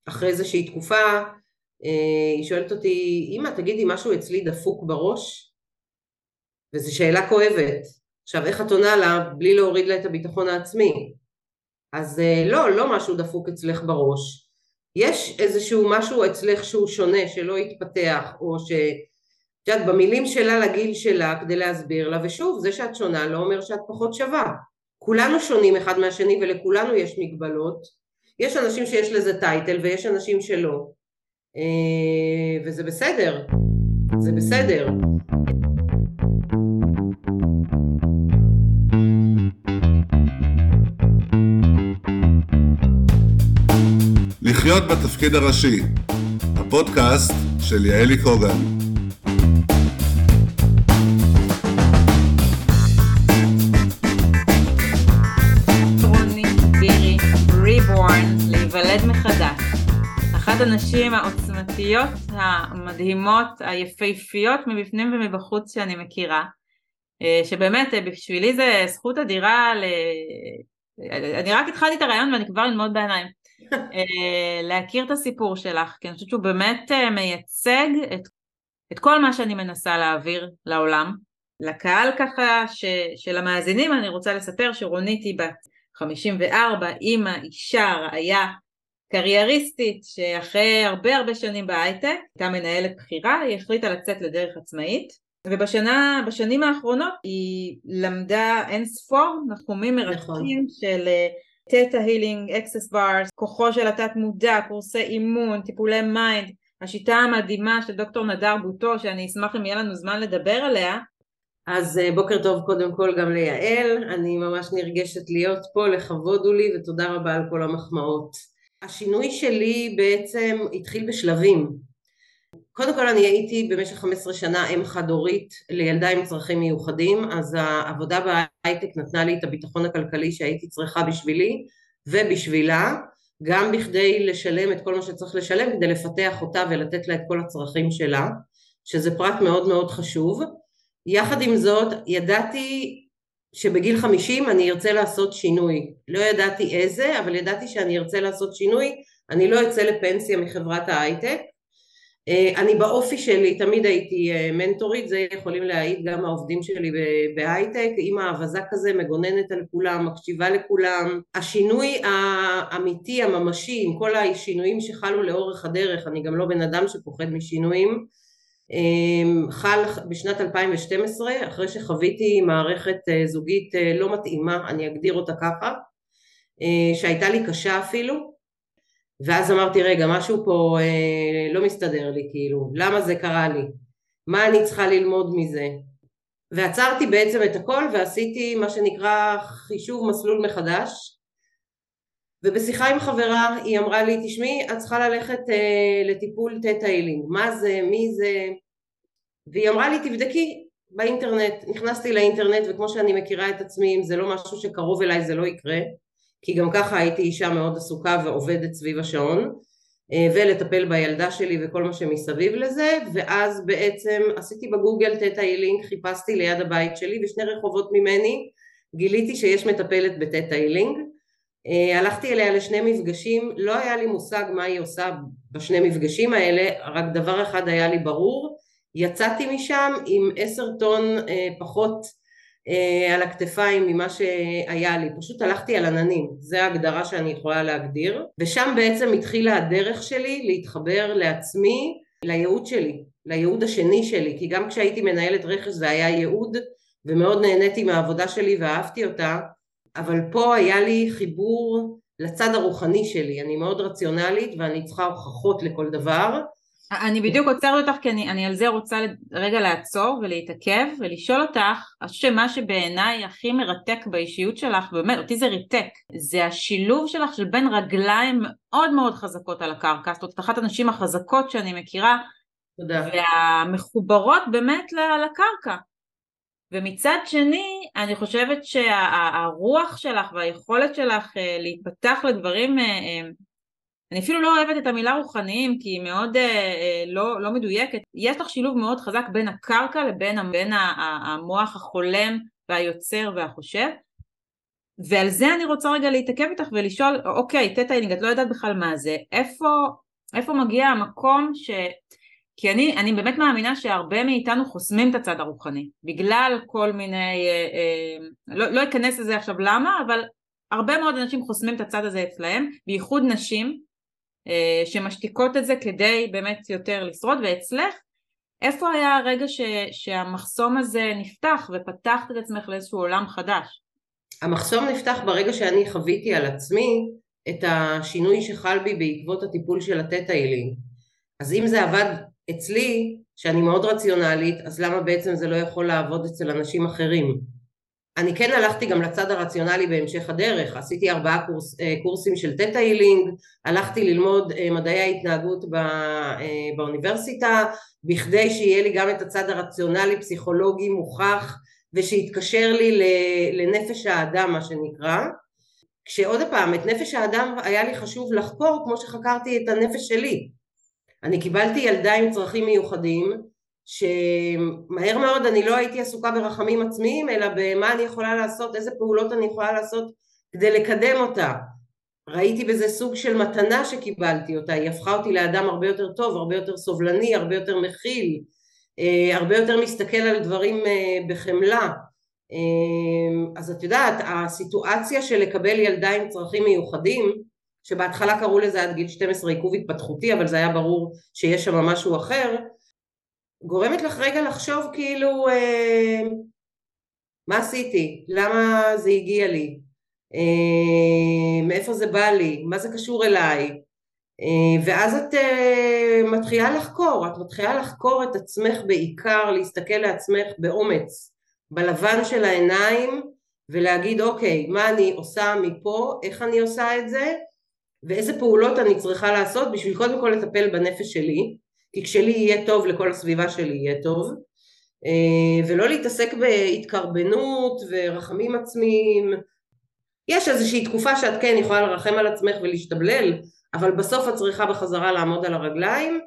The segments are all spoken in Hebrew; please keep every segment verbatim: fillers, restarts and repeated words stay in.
אחרי איזושהי תקופה, היא שואלת אותי, אמא תגידי משהו אצלי דפוק בראש? וזו שאלה כואבת. עכשיו איך את עונה לה בלי להוריד לה את הביטחון העצמי? אז לא, לא משהו דפוק אצלך בראש. יש איזשהו משהו אצלך שהוא שונה, שלא יתפתח, או ש... את יודעת, במילים שלה לגיל שלה כדי להסביר לה, ושוב, זה שאת שונה לא אומר שאת פחות שווה. כולנו שונים אחד מהשני ולכולנו יש מגבלות. יש אנשים שיש לזה טייטל ויש אנשים שלא. וזה בסדר. זה בסדר. לחיות בתפקיד הראשי, הפודקאסט של יעלי קוגן. רוני, בירי, ריבורן, להיוולד מחדש. אחת הנשים העוצמתיות, המדהימות, היפהפיות מבפנים ומבחוץ שאני מכירה, שבאמת בשבילי זה זכות אדירה, ל... אני רק התחלתי את הרעיון ואני כבר ללמוד בעיניים. להכיר את הסיפור שלך, כי אני חושבת שהוא באמת מייצג את, את כל מה שאני מנסה להעביר לעולם. לקהל ככה ש, של המאזינים אני רוצה לספר שרונית היא בת חמישים וארבע, אימא, אישה, רעיה, קרייריסטית, שאחרי הרבה הרבה שנים בהייטק, הייתה מנהלת בחירה, היא החליטה לצאת לדרך עצמאית, ובשנה, בשנים האחרונות היא למדה אין ספור נחומים מרתקים של תטא הילינג, אקסס ברס, כוחו של התת מודע, קורסי אימון, טיפולי מיינד, השיטה המדהימה של דוקטור נדר בוטו, שאני אשמח אם יהיה לנו זמן לדבר עליה. אז בוקר טוב קודם כל גם ליעל, אני ממש נרגשת להיות פה, לכבוד הוא לי ותודה רבה על כל המחמאות. השינוי שלי בעצם התחיל בשלבים. קודם כל אני הייתי במשך חמש עשרה שנה אם חד הורית לילדה עם צרכים מיוחדים, אז העבודה בהייטק נתנה לי את הביטחון הכלכלי שהייתי צריכה בשבילי ובשבילה, גם בכדי לשלם את כל מה שצריך לשלם, כדי לפתח אותה ולתת לה את כל הצרכים שלה, שזה פרט מאוד מאוד חשוב. יחד עם זאת ידעתי שבגיל חמישים אני ארצה לעשות שינוי, לא ידעתי איזה, אבל ידעתי שאני ארצה לעשות שינוי, אני לא אצא לפנסיה מחברת ההייטק, אני באופי שלי תמיד הייתי מנטורית, זה יכולים להעיד גם העובדים שלי בהייטק, עם האבזה כזה מגוננת על כולם, מקשיבה לכולם. השינוי האמיתי, הממשי, עם כל השינויים שחלו לאורך הדרך, אני גם לא בן אדם שפוחד משינויים, חל בשנת אלפיים ושתים עשרה, אחרי שחוויתי מערכת זוגית לא מתאימה, אני אגדיר אותה ככה, שהייתה לי קשה אפילו, ואז אמרתי רגע משהו פה אה, לא מסתדר לי, כאילו למה זה קרה לי, מה אני צריכה ללמוד מזה, ועצרתי בעצם את הכל ועשיתי מה שנקרא חישוב מסלול מחדש. ובשיחה עם חברה היא אמרה לי תשמעי את צריכה ללכת אה, לטיפול תטא הילינג, מה זה, מי זה, והיא אמרה לי תבדקי באינטרנט. נכנסתי לאינטרנט וכמו שאני מכירה את עצמי, אם זה לא משהו שקרוב אליי זה לא יקרה, כי גם ככה הייתי אישה מאוד עסוקה ועובדת סביב השעון, ולטפל בילדה שלי וכל מה שמסביב לזה. ואז בעצם עשיתי בגוגל תטא הילינג, חיפשתי ליד הבית שלי ושני רחובות ממני גיליתי שיש מטפלת בתטא הילינג, הלכתי אליה לשני מפגשים, לא היה לי מושג מה היא עושה בשני מפגשים האלה, רק דבר אחד היה לי ברור, יצאתי משם עם עשר טון פחות על הכתפיים ממה שהיה לי, פשוט הלכתי על עננים, זה ההגדרה שאני יכולה להגדיר, ושם בעצם התחילה הדרך שלי להתחבר לעצמי, לייעוד שלי, לייעוד השני שלי, כי גם כשהייתי מנהלת רכש זה היה ייעוד, ומאוד נהניתי מהעבודה שלי ואהבתי אותה, אבל פה היה לי חיבור לצד הרוחני שלי, אני מאוד רציונלית ואני צריכה הוכחות לכל דבר. אני בדיוק עוצרת אותך כי אני, אני על זה רוצה רגע לעצור ולהתעכב ולשאול אותך, שמה שבעיניי הכי מרתק באישיות שלך, באמת אותי זה ריתק, זה השילוב שלך של בין רגליים מאוד מאוד חזקות על הקרקע, זאת אומרת אחת הנשים החזקות שאני מכירה, תודה. והמחוברות באמת לקרקע, ומצד שני אני חושבת שהרוח שלך והיכולת שלך להיפתח לדברים, אני אפילו לא אוהבת את המילה רוחניים כי היא מאוד אה, לא, לא מדויקת, יש לך שילוב מאוד חזק בין הקרקע לבין בין המוח החולם והיוצר והחושב, ועל זה אני רוצה רגע להתעכב איתך ולשאול, אוקיי, טטה-הילינג, את לא יודעת בכלל מה זה, איפה, איפה מגיע המקום ש... כי אני, אני באמת מאמינה שהרבה מאיתנו חוסמים את הצד הרוחני, בגלל כל מיני, אה, אה, לא, לא אכנס לזה עכשיו למה, אבל הרבה מאוד אנשים חוסמים את הצד הזה אצלהם, בייחוד נשים, אה, שמשתיקות את זה כדי באמת יותר לשרוד, ואצלך, איפה היה הרגע ש, שהמחסום הזה נפתח, ופתחת את עצמך לאיזשהו עולם חדש? המחסום נפתח ברגע שאני חוויתי על עצמי את השינוי שחל בי בעקבות הטיפול של הטטה-הילינג. אז אם זה עבד אצלי, שאני מאוד רציונלית, אז למה בעצם זה לא יכול לעבוד אצל אנשים אחרים? אני כן הלכתי גם לצד הרציונלי בהמשך הדרך, עשיתי ארבעה קורס, קורסים של טטה-הילינג, הלכתי ללמוד מדעי ההתנהגות באוניברסיטה, בכדי שיהיה לי גם את הצד הרציונלי, פסיכולוגי מוכח, ושיתקשר לי לנפש האדם, מה שנקרא. כשעוד פעם, את נפש האדם היה לי חשוב לחקור, כמו שחקרתי את הנפש שלי. אני קיבלתי ילדה עם צרכים מיוחדים, שמהר מאוד אני לא הייתי עסוקה ברחמים עצמיים, אלא במה אני יכולה לעשות, איזה פעולות אני יכולה לעשות כדי לקדם אותה. ראיתי בזה סוג של מתנה שקיבלתי אותה, היא הפכה אותי לאדם הרבה יותר טוב, הרבה יותר סובלני, הרבה יותר מכיל, הרבה יותר מסתכל על דברים בחמלה. אז את יודעת, הסיטואציה של לקבל ילדה עם צרכים מיוחדים, שבהתחלה קראו לזה עד גיל שתים עשרה עיכוב התפתחותי, אבל זה היה ברור שיש שם משהו אחר, גורמת לך רגע לחשוב כאילו, אה, מה עשיתי? למה זה הגיע לי? אה, מאיפה זה בא לי? מה זה קשור אליי? אה, ואז את אה, מתחילה לחקור, את מתחילה לחקור את עצמך בעיקר, להסתכל לעצמך באומץ, בלבן של העיניים, ולהגיד אוקיי, מה אני עושה מפה, איך אני עושה את זה, ואיזה פעולות אני צריכה לעשות בשביל קודם כל לטפל בנפש שלי, כי כשלי יהיה טוב לכל הסביבה שלי יהיה טוב, ולא להתעסק בהתקרבנות ורחמים עצמיים. יש איזושהי תקופה שאת כן יכולה לרחם על עצמך ולהשתבלל, אבל בסוף את צריכה בחזרה לעמוד על הרגליים,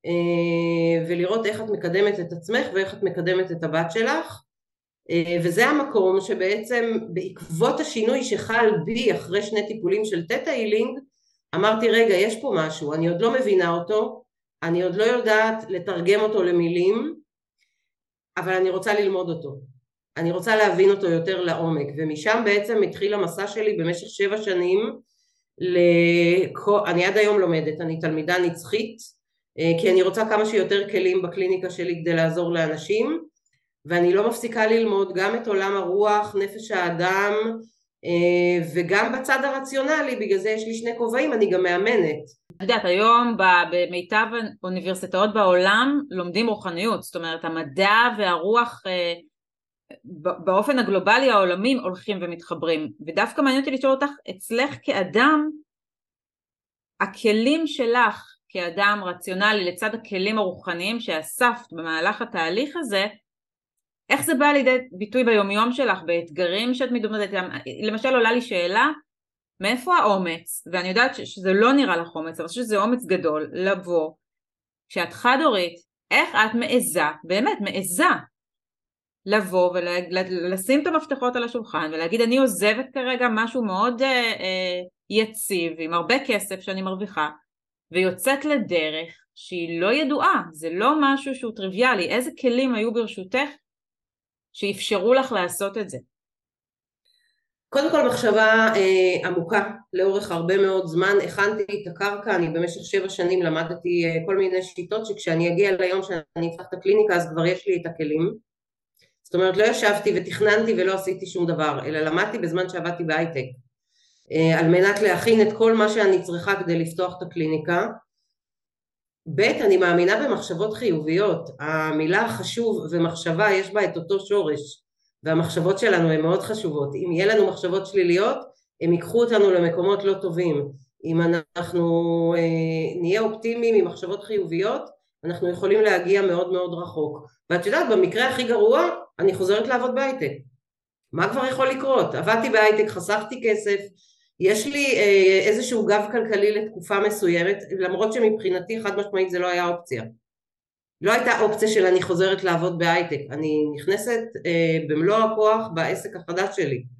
ולראות איך את מקדמת את עצמך ואיך את מקדמת את הבת שלך, וזה המקום שבעצם בעקבות השינוי שחל בי אחרי שני טיפולים של טטה-הילינג, אמרתי רגע יש פה משהו, אני עוד לא מבינה אותו, אני עוד לא יודעת לתרגם אותו למילים, אבל אני רוצה ללמוד אותו, אני רוצה להבין אותו יותר לעומק, ומשם בעצם התחיל המסע שלי במשך שבע שנים, לכ... אני עד היום לומדת, אני תלמידה נצחית, כי אני רוצה כמה שיותר כלים בקליניקה שלי כדי לעזור לאנשים, ואני לא מפסיקה ללמוד גם את עולם הרוח, נפש האדם, וגם בצד הרציונלי, בגלל זה יש לי שני כובעים, אני גם מאמנת. את יודעת, היום במיטב אוניברסיטאות בעולם לומדים רוחניות, זאת אומרת המדע והרוח באופן הגלובלי העולמים הולכים ומתחברים, ודווקא מעניין אותי לשאול אותך, אצלך כאדם, הכלים שלך כאדם רציונלי לצד הכלים הרוחניים שאספת במהלך התהליך הזה, איך זה בא לידי ביטוי ביומיום שלך, באתגרים שאת מתמודדת? למשל עולה לי שאלה, מאיפה האומץ, ואני יודעת שזה לא נראה לך אומץ, אבל שזה אומץ גדול, לבוא, כשאת חד-הורית, איך את מעיזה, באמת מעיזה, לבוא ולשים את המפתחות על השולחן, ולהגיד אני עוזבת כרגע משהו מאוד אה, אה, יציב, עם הרבה כסף שאני מרוויחה, ויוצאת לדרך שהיא לא ידועה, זה לא משהו שהוא טריוויאלי, איזה כלים היו ברשותך, שאפשרו לך לעשות את זה? קודם כל מחשבה אה, עמוקה לאורך הרבה מאוד זמן, הכנתי את הקרקע, אני במשך שבע שנים למדתי אה, כל מיני שיטות שכשאני אגיע ליום שאני אפתח את הקליניקה אז כבר יש לי את הכלים, זאת אומרת לא ישבתי ותכננתי ולא עשיתי שום דבר, אלא למדתי בזמן שעבדתי בהייטק, אה, על מנת להכין את כל מה שאני צריכה כדי לפתוח את הקליניקה. ב' אני מאמינה במחשבות חיוביות, המילה חשוב ומחשבה יש בה את אותו שורש, והמחשבות שלנו הן מאוד חשובות, אם יהיה לנו מחשבות שליליות, הם ייקחו אותנו למקומות לא טובים, אם אנחנו אה, נהיה אופטימיים עם מחשבות חיוביות, אנחנו יכולים להגיע מאוד מאוד רחוק, ואת יודעת במקרה הכי גרוע, אני חוזרת לעבוד בהייטק, מה כבר יכול לקרות? עבדתי בהייטק, חסכתי כסף, יש לי אה, איזשהו גב כלכלי לתקופה מסוימת, למרות שמבחינתי חד משמעית זה לא היה אופציה. לא הייתה אופציה של אני חוזרת לעבוד בהייטק, אני נכנסת אה, במלוא הכוח בעסק החדש שלי.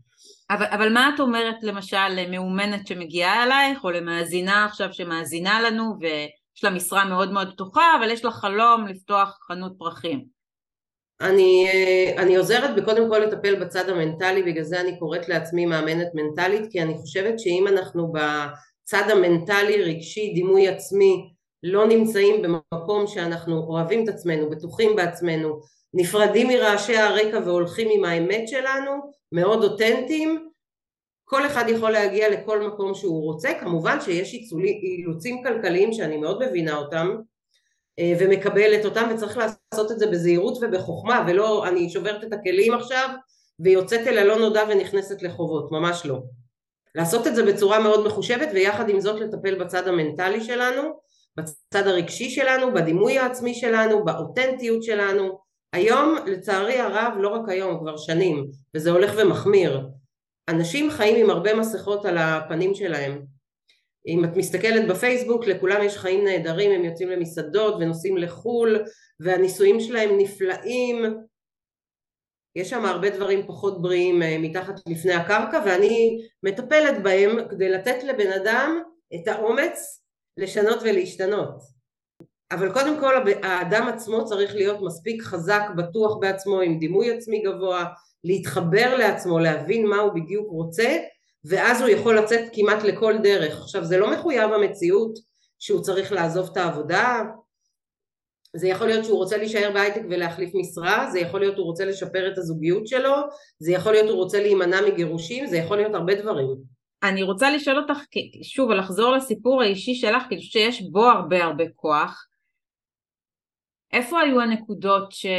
אבל, אבל מה את אומרת למשל למאומנת שמגיעה אלייך, או למאזינה עכשיו שמאזינה לנו, ויש לה משרה מאוד מאוד פתוחה, אבל יש לה חלום לפתוח חנות פרחים? אני, אני עוזרת בקודם כל לטפל בצד המנטלי, בגלל זה אני קוראת לעצמי מאמנת מנטלית, כי אני חושבת שאם אנחנו בצד המנטלי, רגשי, דימוי עצמי, לא נמצאים במקום שאנחנו אוהבים את עצמנו, בטוחים בעצמנו, נפרדים מרעשי הרקע והולכים עם האמת שלנו, מאוד אותנטיים, כל אחד יכול להגיע לכל מקום שהוא רוצה. כמובן שיש אילוצים כלכליים שאני מאוד מבינה אותם, ומקבלת אותם, וצריך לעשות את זה בזהירות ובחוכמה, ולא אני שוברת את הכלים עכשיו ויוצאת אל הלא נודע ונכנסת לחובות, ממש לא. לעשות את זה בצורה מאוד מחושבת, ויחד עם זאת לטפל בצד המנטלי שלנו, בצד הרגשי שלנו, בדימוי העצמי שלנו, באותנטיות שלנו. היום לצערי הרב, לא רק היום, כבר שנים, וזה הולך ומחמיר, אנשים חיים עם הרבה מסכות על הפנים שלהם. אם את מסתכלת בפייסבוק, לכולם יש חיים נהדרים, הם יוצאים למסעדות ונוסעים לחול, והניסויים שלהם נפלאים, יש שם הרבה דברים פחות בריאים מתחת לפני הקרקע, ואני מטפלת בהם כדי לתת לבן אדם את האומץ לשנות ולהשתנות. אבל קודם כל האדם עצמו צריך להיות מספיק חזק, בטוח בעצמו, עם דימוי עצמי גבוה, להתחבר לעצמו, להבין מה הוא בדיוק רוצה, ואז הוא יכול לצאת כמעט לכל דרך. עכשיו זה לא מחויב המציאות שהוא צריך לעזוב את העבודה, זה יכול להיות שהוא רוצה להישאר בהייטק ולהחליף משרה, זה יכול להיות הוא רוצה לשפר את הזוגיות שלו, זה יכול להיות הוא רוצה להימנע מגירושים, זה יכול להיות הרבה דברים. אני רוצה לשאול אותך שוב, ולחזור לסיפור האישי שלך, כי שיש בו הרבה הרבה כוח. איפה היו הנקודות ש...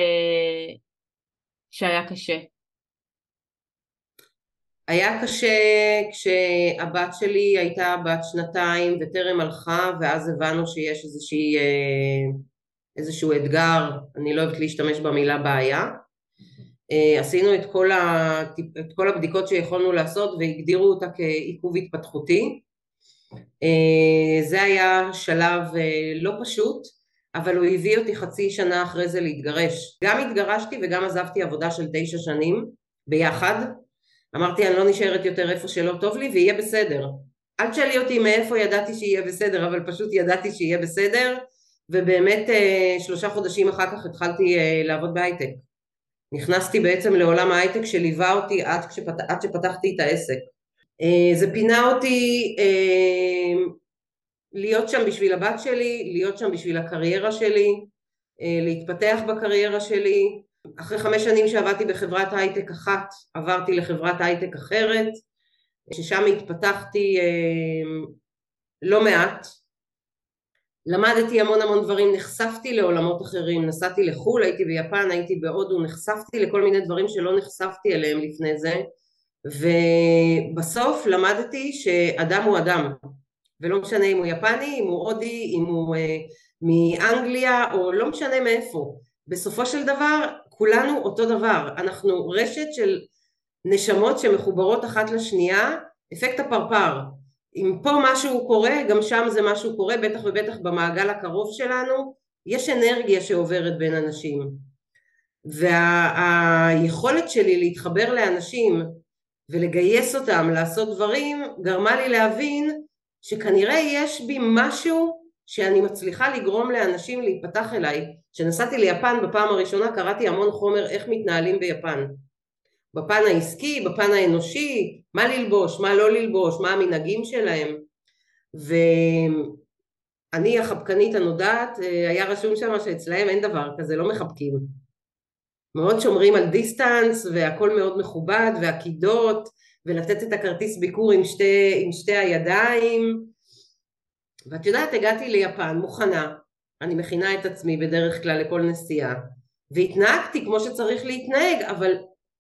שהיה קשה? היה קשה כשהבת שלי הייתה בת שנתיים וטרם הלכה, ואז הבנו שיש איזושהי, איזשהו אתגר, אני לא אוהבת להשתמש במילה בעיה. עשינו את כל, ה, את כל הבדיקות שיכולנו לעשות והגדירו אותה כעיכוב התפתחותי. זה היה שלב לא פשוט, אבל הוא הביא אותי חצי שנה אחרי זה להתגרש. גם התגרשתי וגם עזבתי עבודה של תשע שנים ביחד. אמרתי אני לא נשארת יותר איפה שלא טוב לי ויהיה בסדר. אל תשאלי אותי מאיפה ידעתי שיהיה בסדר, אבל פשוט ידעתי שיהיה בסדר, ובאמת שלושה חודשים אחר כך התחלתי לעבוד בהייטק. נכנסתי בעצם לעולם ההייטק שליווה אותי עד, כשפת... עד שפתחתי את העסק. זה פינה אותי להיות שם בשביל הבת שלי, להיות שם בשביל הקריירה שלי, להתפתח בקריירה שלי. אחרי חמש שנים שעבדתי בחברת הייטק אחת, עברתי לחברת הייטק אחרת, ששם התפתחתי לא מעט. למדתי המון המון דברים, נחשפתי לעולמות אחרים, נסעתי לחול, הייתי ביפן, הייתי בהודו, נחשפתי לכל מיני דברים שלא נחשפתי אליהם לפני זה, ובסוף למדתי שאדם הוא אדם, ולא משנה אם הוא יפני, אם הוא הודי, אם הוא אה, מאנגליה, או לא משנה מאיפה. בסופו של דבר, כולנו אותו דבר, אנחנו רשת של נשמות שמחוברות אחת לשנייה, אפקט הפרפר. אם פה משהו קורה, גם שם זה משהו קורה, בטח ובטח במעגל הקרוב שלנו, יש אנרגיה שעוברת בין אנשים. והיכולת שלי להתחבר לאנשים ולגייס אותם, לעשות דברים, גרמה לי להבין שכנראה יש בי משהו שאני מצליחה לגרום לאנשים להיפתח אליי. כשנסעתי ליפן בפעם הראשונה קראתי המון חומר איך מתנהלים ביפן. בפן העסקי, בפן האנושי, מה ללבוש, מה לא ללבוש, מה המנהגים שלהם. ואני החבקנית הנודעת, היה רשום שם שאצלהם אין דבר כזה, לא מחבקים. מאוד שומרים על דיסטנס, והכל מאוד מכובד, והקידות, ולתת את הכרטיס ביקור עם שתי, עם שתי הידיים. ואת יודעת, הגעתי ליפן מוכנה, אני מכינה את עצמי בדרך כלל לכל נסיעה, והתנהגתי כמו שצריך להתנהג, אבל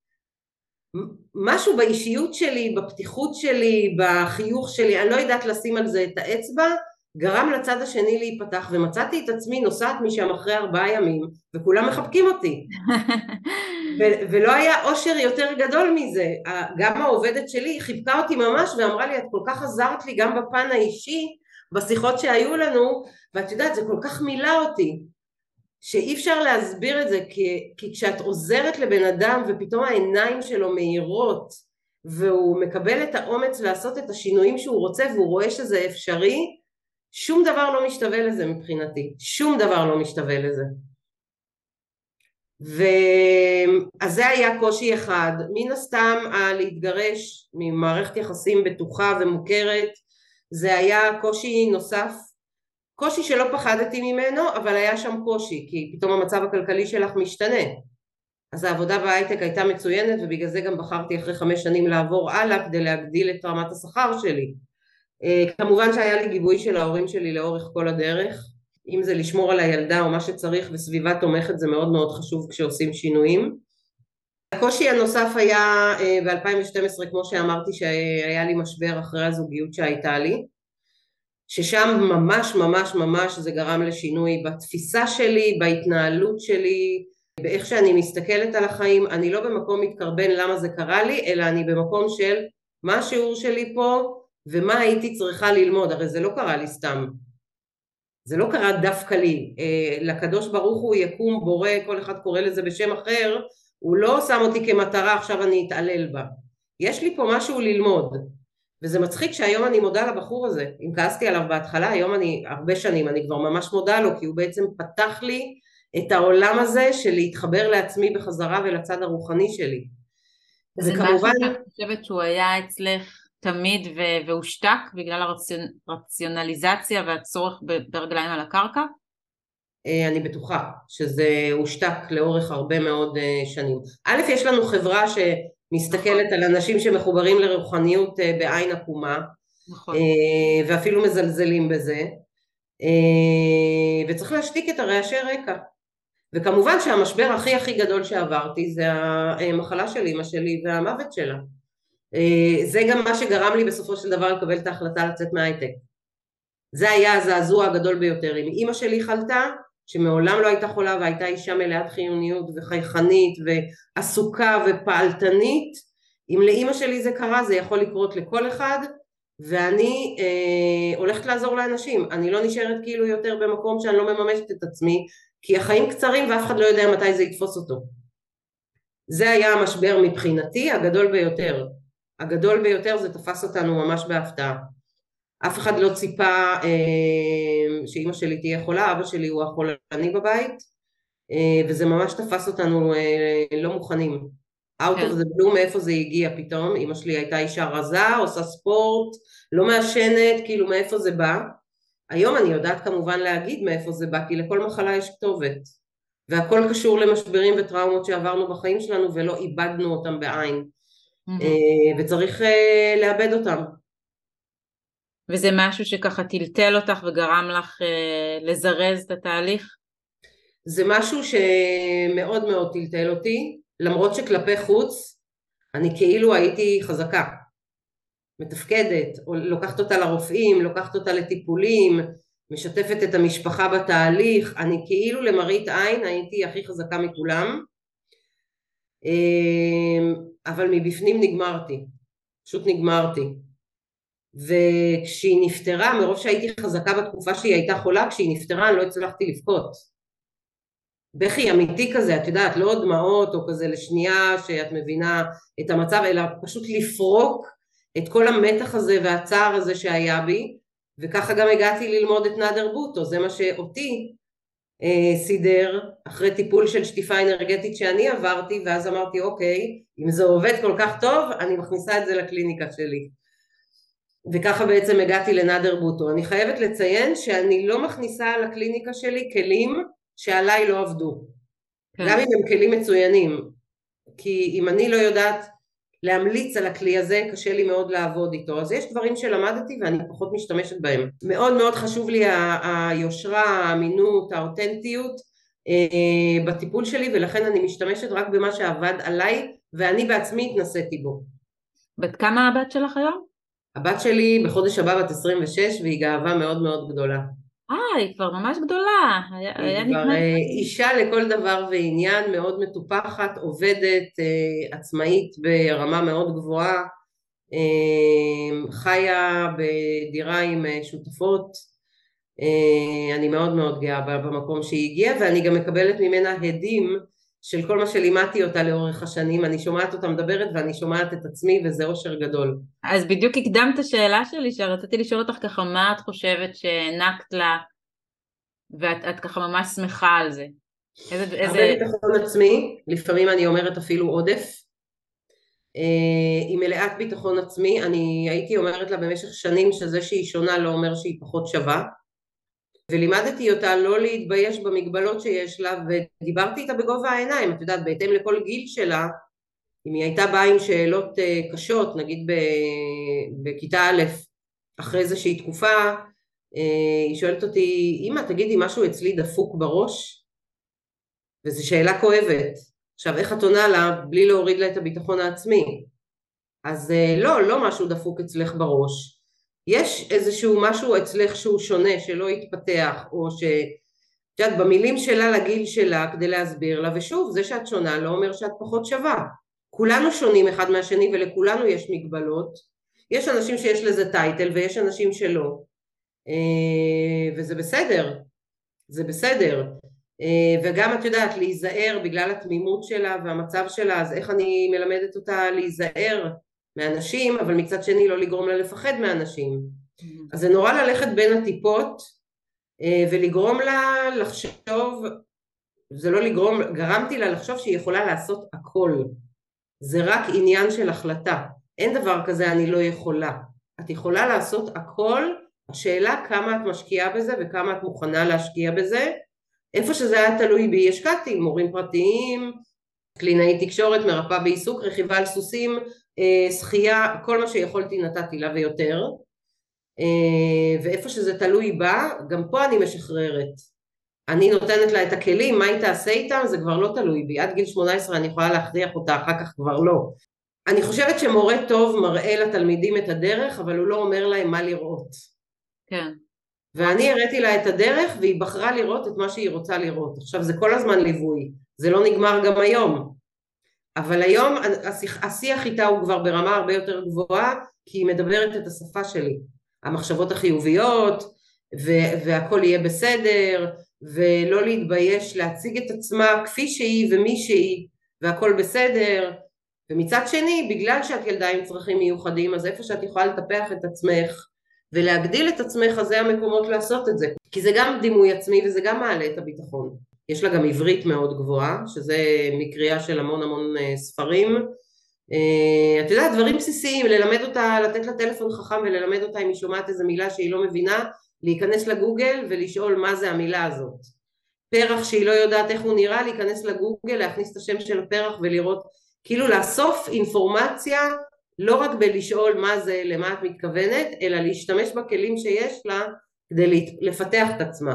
משהו באישיות שלי, בפתיחות שלי, בחיוך שלי, אני לא יודעת לשים על זה את האצבע, גרם לצד השני להיפתח, ומצאתי את עצמי נוסעת משם אחרי ארבעה ימים, וכולם מחבקים אותי. ו- ולא היה אושר יותר גדול מזה. גם העובדת שלי חיבקה אותי ממש, ואמרה לי, את כל כך עזרת לי גם בפן האישי, בשיחות שהיו לנו, ואת יודעת, זה כל כך מילא אותי, שאי אפשר להסביר את זה, כי, כי כשאת עוזרת לבן אדם, ופתאום העיניים שלו מהירות, והוא מקבל את האומץ לעשות את השינויים שהוא רוצה, והוא רואה שזה אפשרי, שום דבר לא משתווה לזה מבחינתי, שום דבר לא משתווה לזה. ואז זה היה קושי אחד. מן הסתם להתגרש ממערכת יחסים בטוחה ומוכרת, זה היה קושי נוסף, קושי שלא פחדתי ממנו, אבל היה שם קושי, כי פתאום המצב הכלכלי שלך משתנה. אז העבודה בהייטק הייתה מצוינת, ובגלל זה גם בחרתי אחרי חמש שנים לעבור הלאה, כדי להגדיל את רמת השכר שלי. כמובן שהיה לי גיבוי של ההורים שלי לאורך כל הדרך, אם זה לשמור על הילדה או מה שצריך, וסביבה תומכת, זה מאוד מאוד חשוב כשעושים שינויים. הקושי הנוסף היה ב-אלפיים ושתים עשרה, כמו שאמרתי, שהיה לי משבר אחרי הזוגיות שהייתה לי, ששם ממש ממש ממש זה גרם לשינוי בתפיסה שלי, בהתנהלות שלי, באיך שאני מסתכלת על החיים. אני לא במקום מתקרבן למה זה קרה לי, אלא אני במקום של מה השיעור שלי פה, ומה הייתי צריכה ללמוד. הרי זה לא קרה לי סתם, זה לא קרה דווקא לי. לקדוש ברוך הוא יקום בורא, כל אחד קורא לזה בשם אחר, הוא לא שם אותי כמטרה עכשיו אני אתעלל בה. יש לי פה משהו ללמוד, וזה מצחיק שהיום אני מודה לבחור הזה. אם כעסתי עליו בהתחלה, היום אני הרבה שנים אני כבר ממש מודה לו, כי הוא בעצם פתח לי את העולם הזה של להתחבר לעצמי בחזרה ולצד הרוחני שלי. זה וכמובן משהו שאני חושבת שהוא היה אצלך תמיד והושתק בגלל הרציונליזציה והצורך ברגליים על הקרקע? אני בטוחה שזה הושתק לאורך הרבה מאוד שנים. א', יש לנו חברה שמסתכלת על אנשים שמחוברים לרוחניות בעין עקומה, נכון. ואפילו מזלזלים בזה, וצריך להשתיק את הרעשי רקע. וכמובן שהמשבר הכי הכי גדול שעברתי זה המחלה של אמא שלי והמוות שלה. זה גם מה שגרם לי בסופו של דבר לקבל את ההחלטה לצאת מההייטק. זה היה הזעזוע הגדול ביותר. אם אמא שלי חלתה, שמעולם לא הייתה חולה והייתה אישה מלאת חיוניות וחייכנית ועסוקה ופעלתנית, אם לאמא שלי זה קרה, זה יכול לקרות לכל אחד, ואני אה, הולכת לעזור לאנשים. אני לא נשארת כאילו יותר במקום שאני לא מממשת את עצמי, כי החיים קצרים ואף אחד לא יודע מתי זה יתפוס אותו. זה היה המשבר מבחינתי הגדול ביותר. הגדול ביותר זה תפס אותנו ממש בהפתעה. אף אחד לא ציפה אה, שאמא שלי תהיה חולה, אבא שלי הוא החולני בבית, אה, וזה ממש תפס אותנו אה, לא מוכנים. out of the blue, מאיפה זה הגיע פתאום. אמא שלי הייתה אישה רזה, עושה ספורט, לא מעשנת, כאילו מאיפה זה בא. היום אני יודעת כמובן להגיד מאיפה זה בא, כי לכל מחלה יש כתובת, והכל קשור למשברים וטראומות שעברנו בחיים שלנו ולא איבדנו אותם בעין, mm-hmm. וצריך לאבד אותם. וזה משהו שככה טלטל אותך וגרם לך לזרז את התהליך? זה משהו שמאוד מאוד טלטל אותי, למרות שכלפי חוץ אני כאילו הייתי חזקה, מתפקדת, לוקחת אותה לרופאים, לוקחת אותה לטיפולים, משתפת את המשפחה בתהליך, אני כאילו למראית עין הייתי הכי חזקה מכולם, אבל מבפנים נגמרתי, פשוט נגמרתי. וכשהיא נפטרה, מרוב שהייתי חזקה בתקופה שהיא הייתה חולה, כשהיא נפטרה אני לא הצלחתי לבכות. בכי אמיתי כזה, את יודעת, לא עוד דמעות או כזה לשנייה שאת מבינה את המצב, אלא פשוט לפרוק את כל המתח הזה והצער הזה שהיה בי, וככה גם הגעתי ללמוד את נאדר בוטו. זה מה שאותי אה, סידר אחרי טיפול של שטיפה אנרגטית שאני עברתי, ואז אמרתי אוקיי, אם זה עובד כל כך טוב, אני מכניסה את זה לקליניקה שלי. וככה בעצם הגעתי לנאדר בוטו. אני חייבת לציין שאני לא מכניסה לקליניקה שלי כלים שעליי לא עבדו. כן. גם אם הם כלים מצוינים, כי אם אני לא יודעת להמליץ על הכלי הזה, קשה לי מאוד לעבוד איתו. אז יש דברים שלמדתי ואני פחות משתמשת בהם. מאוד מאוד חשוב לי היושרה, האמינות, האותנטיות אה, בטיפול שלי, ולכן אני משתמשת רק במה שעבד עליי, ואני בעצמי התנסיתי בו. בת כמה הבת שלך היום? הבת שלי בחודש הבא בת עשרים ושש, והיא גאווה מאוד מאוד גדולה. אה, היא כבר ממש גדולה. היא כבר אישה לכל דבר ועניין, מאוד מטופחת, עובדת, עצמאית ברמה מאוד גבוהה, חיה בדירה עם שותפות. אני מאוד מאוד גאה במקום שהיא הגיעה, ואני גם מקבלת ממנה הדים של כל מה שלימדתי אותה לאורך השנים, אני שומעת אותה מדברת ואני שומעת את עצמי, וזה אושר גדול. אז בדיוק הקדמת השאלה שלי, שרציתי לשאול אותך ככה, מה את חושבת שהענקת לה, ואת את ככה ממש שמחה על זה? איזה, הרבה איזה... ביטחון עצמי, לפעמים אני אומרת אפילו עודף, היא מלאת ביטחון עצמי, אני הייתי אומרת לה במשך שנים שזה שהיא שונה לא אומר שהיא פחות שווה, ולימדתי אותה לא להתבייש במגבלות שיש לה, ודיברתי איתה בגובה העיניים, את יודעת, בהתאם לכל גיל שלה, אם היא הייתה באה עם שאלות קשות, נגיד בכיתה א', אחרי איזושהי תקופה, היא שואלת אותי, אמא תגידי משהו אצלי דפוק בראש? וזו שאלה כואבת. עכשיו איך את עונה לה בלי להוריד לה את הביטחון העצמי? אז לא, לא משהו דפוק אצלך בראש. יש איזשהו משהו אצלך שהוא שונה, שלא יתפתח, או ש... את יודעת, במילים שלה לגיל שלה כדי להסביר לה, ושוב, זה שאת שונה לא אומר שאת פחות שווה. כולנו שונים אחד מהשני ולכולנו יש מגבלות. יש אנשים שיש לזה טייטל ויש אנשים שלא. וזה בסדר. זה בסדר. וגם את יודעת, להיזהר בגלל התמימות שלה והמצב שלה, אז איך אני מלמדת אותה להיזהר מאנשים, אבל מצד שני לא לגרום לה לפחד מאנשים. אז זה נורא ללכת בין הטיפות, ולגרום לה לחשוב, זה לא לגרום, גרמתי לה לחשוב שהיא יכולה לעשות הכל. זה רק עניין של החלטה. אין דבר כזה אני לא יכולה. את יכולה לעשות הכל, השאלה כמה את משקיעה בזה וכמה את מוכנה להשקיע בזה. איפה שזה היה תלוי בי, השקעתי מורים פרטיים, קלינאי תקשורת, מרפאה בעיסוק, רכיבה על סוסים, שחייה, כל מה שיכולתי נתתי לה ויותר. ואיפה שזה תלוי בה, גם פה אני משחררת. אני נותנת לה את הכלים, מה היא תעשה איתם, זה כבר לא תלוי בי. עד גיל שמונה עשרה אני יכולה להכריח אותה, אחר כך כבר לא. אני חושבת שמורה טוב מראה לתלמידים את הדרך, אבל הוא לא אומר להם מה לראות. כן. ואני הראיתי לה את הדרך, והיא בחרה לראות את מה שהיא רוצה לראות. עכשיו זה כל הזמן ליווי, זה לא נגמר גם היום. אבל היום השיח, השיח איתה הוא כבר ברמה הרבה יותר גבוהה, כי היא מדברת את השפה שלי. המחשבות החיוביות, והכל יהיה בסדר, ולא להתבייש להציג את עצמה כפי שהיא ומי שהיא, והכל בסדר. ומצד שני, בגלל שאת ילדה עם צרכים מיוחדים, אז איפה שאת יכולה לטפח את עצמך, ולהגדיל את עצמך, אז זה המקומות לעשות את זה. כי זה גם דימוי עצמי, וזה גם מעלה את הביטחון. יש לה גם עברית מאוד גבוהה, שזה מקריאה של המון המון ספרים. את יודעת, דברים בסיסיים, ללמד אותה, לתת לה טלפון חכם, וללמד אותה אם היא שומעת איזו מילה שהיא לא מבינה, להיכנס לגוגל ולשאול מה זה המילה הזאת. פרח שהיא לא יודעת איך הוא נראה, להיכנס לגוגל, להכניס את השם של הפרח ולראות, כאילו לאסוף אינפורמציה, לא רק בלשאול מה זה, למה את מתכוונת, אלא להשתמש בכלים שיש לה, כדי לפתח את עצמה.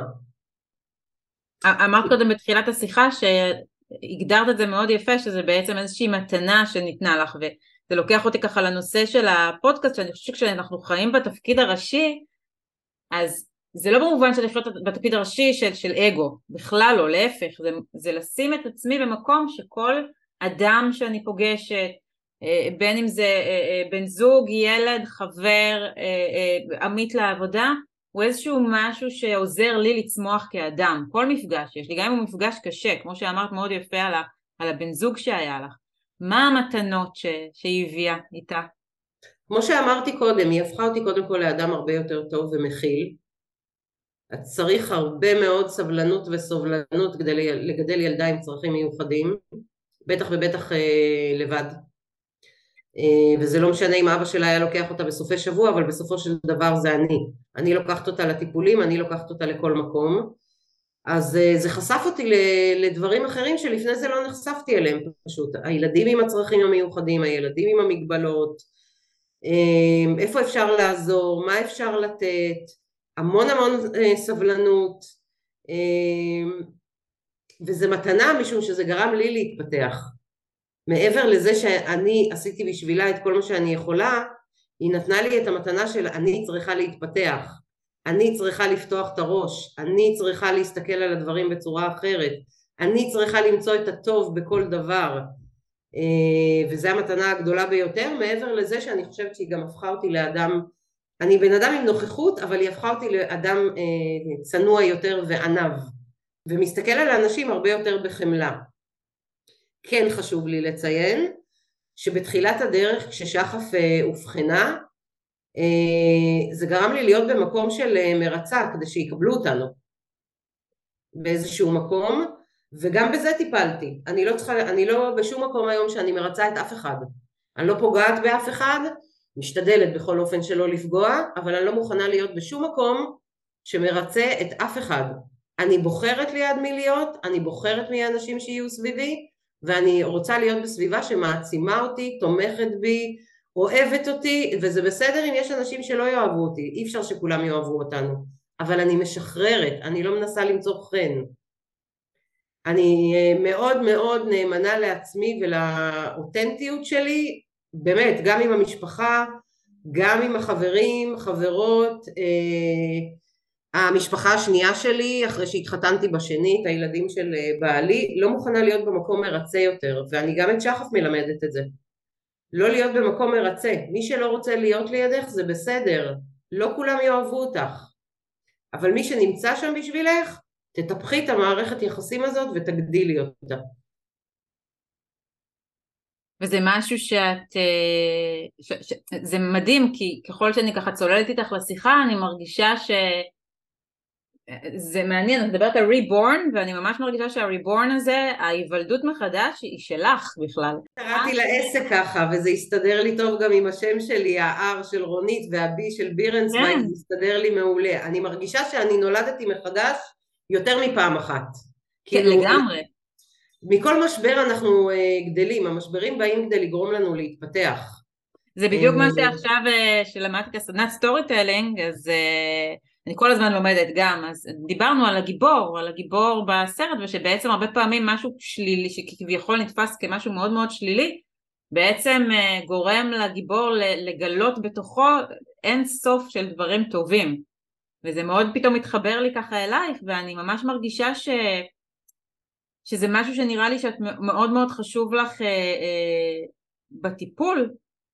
אמרת קודם בתחילת השיחה, שהגדרת את זה מאוד יפה, שזה בעצם איזושהי מתנה שניתנה לך, וזה לוקח אותי ככה לנושא של הפודקאסט, שאני חושבת שכשאנחנו חיים בתפקיד הראשי, אז זה לא במובן של לחיות בתפקיד הראשי של, של אגו, בכלל לא, להפך, זה, זה לשים את עצמי במקום שכל אדם שאני פוגשת, בין אם זה בן זוג, ילד, חבר, עמית לעבודה, הוא איזשהו משהו שעוזר לי לצמוח כאדם. כל מפגש יש לי, גם אם הוא מפגש קשה, כמו שאמרת מאוד יפה על, ה, על הבן זוג שהיה לך. מה המתנות ש, שהיא הביאה איתה? כמו שאמרתי קודם, היא הפכה אותי קודם כל לאדם הרבה יותר טוב ומכיל. את צריך הרבה מאוד סבלנות וסובלנות כדי לגדל ילדה עם צרכים מיוחדים, בטח ובטח אה, לבד. אה, וזה לא משנה אם אבא שלה היה לוקח אותה בסופי שבוע, אבל בסופו של דבר זה אני. אני לוקחת אותה לטיפולים, אני לוקחת אותה לכל מקום. אז אה, זה חשף אותי לדברים אחרים שלפני זה לא נחשפתי אליהם פשוט. הילדים עם הצרכים המיוחדים, הילדים עם המגבלות, אה, איפה אפשר לעזור, מה אפשר לתת, המון המון אה, סבלנות, אה, וזה מתנה משום שזה גרם לי להתפתח. מעבר לזה שאני עשיתי בשבילה את כל מה שאני יכולה, היא נתנה לי את המתנה של אני צריכה להתפתח, אני צריכה לפתוח את הראש, אני צריכה להסתכל על הדברים בצורה אחרת, אני צריכה למצוא את הטוב בכל דבר, וזו המתנה הגדולה ביותר, מעבר לזה שאני חושבת שהיא גם הפכה אותי לאדם, אני בן אדם עם נוכחות, אבל היא הפכה אותי לאדם צנוע יותר וענב, ומסתכל על האנשים הרבה יותר בחמלה. כן חשוב לי לציין, שבתחילת הדרך כששחף הובחנה, זה גרם לי להיות במקום של מרצה, כדי שיקבלו אותנו באיזשהו מקום, וגם בזה טיפלתי. אני לא צריכה, אני לא בשום מקום היום שאני מרצה את אף אחד. אני לא פוגעת באף אחד, משתדלת בכל אופן שלא לפגוע, אבל אני לא מוכנה להיות בשום מקום שמרצה את אף אחד. אני בוחרת ליד מי להיות, אני בוחרת מי האנשים שיהיו סביבי, ואני רוצה להיות בסביבה שמעצימה אותי, תומכת בי, אוהבת אותי, וזה בסדר אם יש אנשים שלא יאהבו אותי, אי אפשר שכולם יאהבו אותנו, אבל אני משחררת, אני לא מנסה למצוא חן. אני מאוד מאוד נאמנה לעצמי ולאותנטיות שלי, באמת, גם עם המשפחה, גם עם החברים, חברות, המשפחה השנייה שלי, אחרי שהתחתנתי בשנית, הילדים של בעלי, לא מוכנה להיות במקום מרצה יותר, ואני גם את שחף מלמדת את זה. לא להיות במקום מרצה, מי שלא רוצה להיות לידך זה בסדר, לא כולם יאהבו אותך, אבל מי שנמצא שם בשבילך, תטפחי את המערכת יחסים הזאת ותגדילי אותה. וזה משהו שאת, ש, ש, זה מדהים, כי ככל שאני ככה צוללת איתך לשיחה, אני מרגישה ש... זה מעניין, אני מדברת על ריבורן, ואני ממש מרגישה שהריבורן הזה, ההיוולדות מחדש, היא שלך בכלל. קראתי לעסק ככה, וזה הסתדר לי טוב גם עם השם שלי, ה-R של רונית וה-B של בירנסבייק, זה הסתדר לי מעולה. אני מרגישה שאני נולדתי מחדש יותר מפעם אחת. כן, לגמרי. מכל משבר אנחנו גדלים, המשברים באים כדי לגרום לנו להתפתח. זה בדיוק מה שעכשיו שלמדתי כסדנת סטורי טיילינג, אז... אני כל הזמן לומדת גם, אז דיברנו על הגיבור, על הגיבור בסרט, ושבעצם הרבה פעמים משהו שלילי, שכביכול נתפס כמשהו מאוד מאוד שלילי, בעצם גורם לגיבור לגלות בתוכו אין סוף של דברים טובים, וזה מאוד פתאום מתחבר לי ככה אלייך, ואני ממש מרגישה ש... שזה משהו שנראה לי שאת מאוד מאוד חשוב לך אה, אה, בטיפול,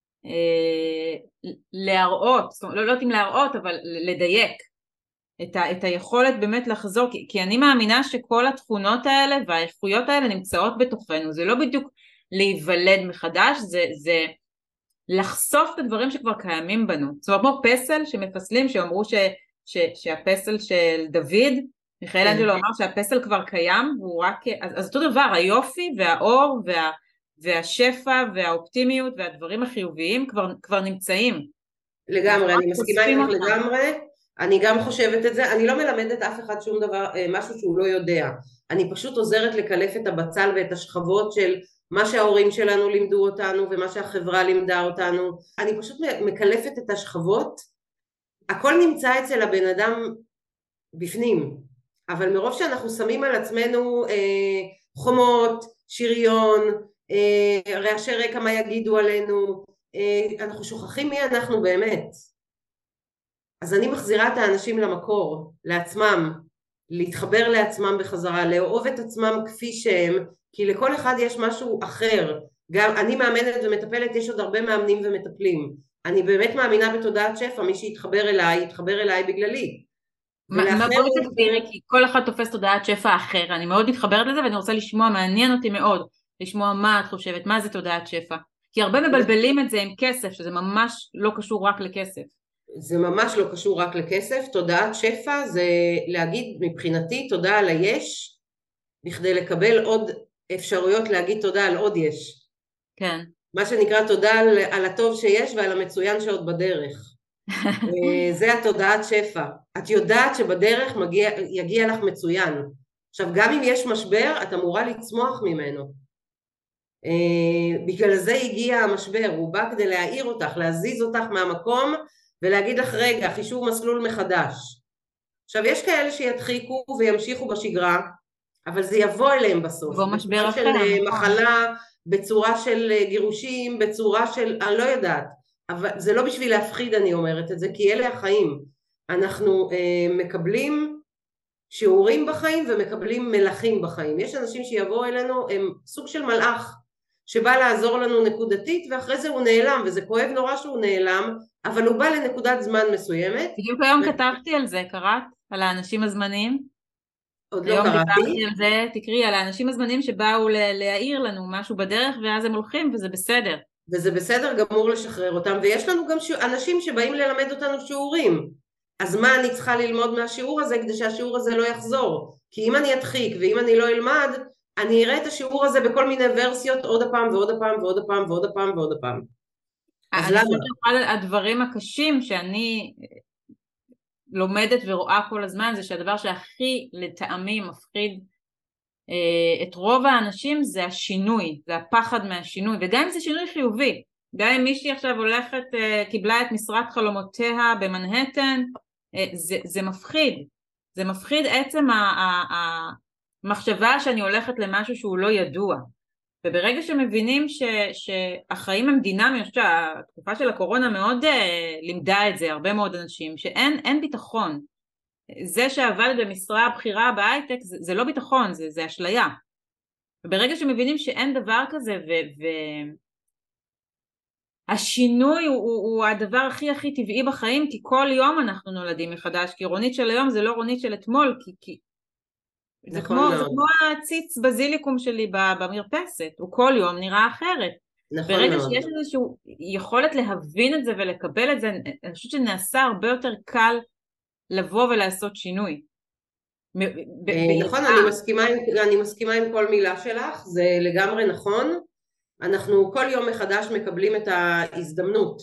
אה, להראות, זאת אומרת, לא יודעת אם להראות, אבל לדייק. את, ה, את היכולת באמת לחזור, כי, כי אני מאמינה שכל התכונות האלה והאיכויות האלה נמצאות בתוכנו, זה לא בדיוק להיוולד מחדש, זה, זה לחשוף את הדברים שכבר קיימים בנו, זאת אומרת כמו פסל שמפסלים, שאומרו ש, ש, שהפסל של דוד, מיכאל אנג'לו אמר שהפסל כבר קיים, והוא רק, אז, אז אותו דבר, היופי והאור וה, והשפע והאופטימיות והדברים החיוביים כבר, כבר נמצאים. לגמרי, אני מסכימה איתך לגמרי, אני גם חושבת את זה, אני לא מלמדת אף אחד שום דבר, משהו שהוא לא יודע, אני פשוט עוזרת לקלף את הבצל ואת השכבות של מה שההורים שלנו לימדו אותנו ומה שהחברה לימדה אותנו, אני פשוט מקלפת את השכבות, הכל נמצא אצל הבן אדם בפנים, אבל מרוב שאנחנו שמים על עצמנו אה, חומות, שריון, אה, רעשי רקע מה יגידו עלינו, אה, אנחנו שוכחים מי אנחנו באמת. אז אני מחזירה את האנשים למקור, לעצמם, להתחבר לעצמם בחזרה, לאהוב את עצמם כפי שהם, כי לכל אחד יש משהו אחר. גם אני מאמנת ומטפלת, יש עוד הרבה מאמנים ומטפלים. אני באמת מאמינה בתודעת שפע, מי שיתחבר אליי, יתחבר אליי בגללי. מה בואי תסבירי, כי כל אחד תופס תודעת שפע אחר, אני מאוד מתחברת לזה ואני רוצה לשמוע, מעניין אותי מאוד, לשמוע מה את חושבת, מה זה תודעת שפע. כי הרבה מבלבלים את זה עם כסף, שזה ממש לא קשור רק לכסף. זה ממש לא קשור רק לכסף, תודעת שפע זה להגיד מבחינתי תודה על היש, בכדי לקבל עוד אפשרויות להגיד תודה על עוד יש. כן. מה שנקרא תודה על, על הטוב שיש ועל המצוין שעוד בדרך. זה התודעת שפע. את יודעת שבדרך מגיע, יגיע לך מצוין. עכשיו גם אם יש משבר, את אמורה לצמוח ממנו. בגלל זה הגיע המשבר, הוא בא כדי להעיר אותך, להזיז אותך מהמקום, ולהגיד לך רגע, חישוב מסלול מחדש. עכשיו יש כאלה שידחיקו וימשיכו בשגרה, אבל זה יבוא אליהם בסוף. בוא משבר אחר. בצורה של מחלה, בצורה של גירושים, בצורה של, אני לא יודעת, אבל זה לא בשביל להפחיד אני אומרת את זה, כי אלה החיים. אנחנו אה, מקבלים שיעורים בחיים ומקבלים מלאכים בחיים. יש אנשים שיבואו אלינו, הם סוג של מלאך, שבא לעזור לנו נקודתית, ואחרי זה הוא נעלם, וזה כואב נורא שהוא נעלם, אבל הוא בא לנקודת זמן מסוימת. בדיוק היום ו... כתבתי על זה, קראת? על האנשים הזמניים? עוד לא היום קראתי. דיברתי על זה, תקראי, על האנשים הזמנים שבאו להעיר לנו משהו בדרך, ואז הם הולכים, וזה בסדר. וזה בסדר גמור לשחרר אותם, ויש לנו גם אנשים שבאים ללמד אותנו שיעורים. אז מה אני צריכה ללמוד מהשיעור הזה כדי שהשיעור הזה לא יחזור? כי אם אני אדחיק ואם אני לא אלמד, אני אראה את השיעור הזה בכל מיני ורסיות עוד הפעם ועוד הפעם ועוד הפעם ועוד הפעם ועוד הפעם. אז למה? אני חושבת שאחד הדברים הקשים שאני לומדת ורואה כל הזמן, זה שהדבר שהכי לטעמי מפחיד את רוב האנשים זה השינוי, זה הפחד מהשינוי, וגם אם זה שינוי חיובי, גם אם מישהי עכשיו הולכת, קיבלה את משרת חלומותיה במנהטן, זה, זה מפחיד, זה מפחיד עצם המחשבה שאני הולכת למשהו שהוא לא ידוע, וברגע שמבינים ש, שהחיים הם דינמיים, התקופה של הקורונה מאוד לימדה את זה, הרבה מאוד אנשים, שאין אין ביטחון, זה שעבד במשרה הבחירה בהייטק זה, זה לא ביטחון, זה, זה אשליה. וברגע שמבינים שאין דבר כזה והשינוי הוא, הוא, הוא הדבר הכי הכי טבעי בחיים, כי כל יום אנחנו נולדים מחדש, כי רונית של היום זה לא רונית של אתמול, כי, כי... זה, נכון כמו, מאוד. זה כמו הציץ בזיליקום שלי במרפסת, הוא כל יום נראה אחרת. נכון ברגע מאוד. שיש איזושהי יכולת להבין את זה ולקבל את זה, אני חושבת שנעשה הרבה יותר קל לבוא ולעשות שינוי. נכון, אני מסכימה, אני מסכימה עם כל מילה שלך, זה לגמרי נכון. אנחנו כל יום מחדש מקבלים את ההזדמנות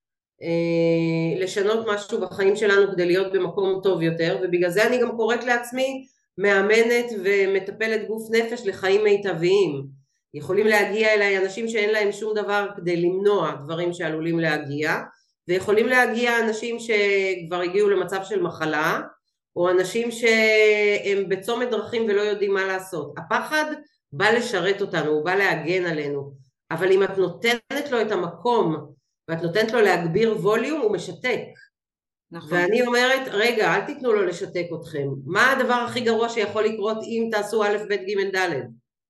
לשנות משהו בחיים שלנו כדי להיות במקום טוב יותר, ובגלל זה אני גם קוראת לעצמי מאמנת ומטפלת גוף נפש לחיים מיטביים. יכולים להגיע אליי אנשים שאין להם שום דבר כדי למנוע דברים שעלולים להגיע, ויכולים להגיע אנשים שכבר הגיעו למצב של מחלה, או אנשים שהם בצומת דרכים ולא יודעים מה לעשות. הפחד בא לשרת אותנו, הוא בא להגן עלינו, אבל אם את נותנת לו את המקום, ואת נותנת לו להגביר ווליום, הוא משתק. נכון. ואני אומרת, רגע, אל תיתנו לו לשתק אתכם. מה הדבר הכי גרוע שיכול לקרות אם תעשו א', ב', ג', ד'?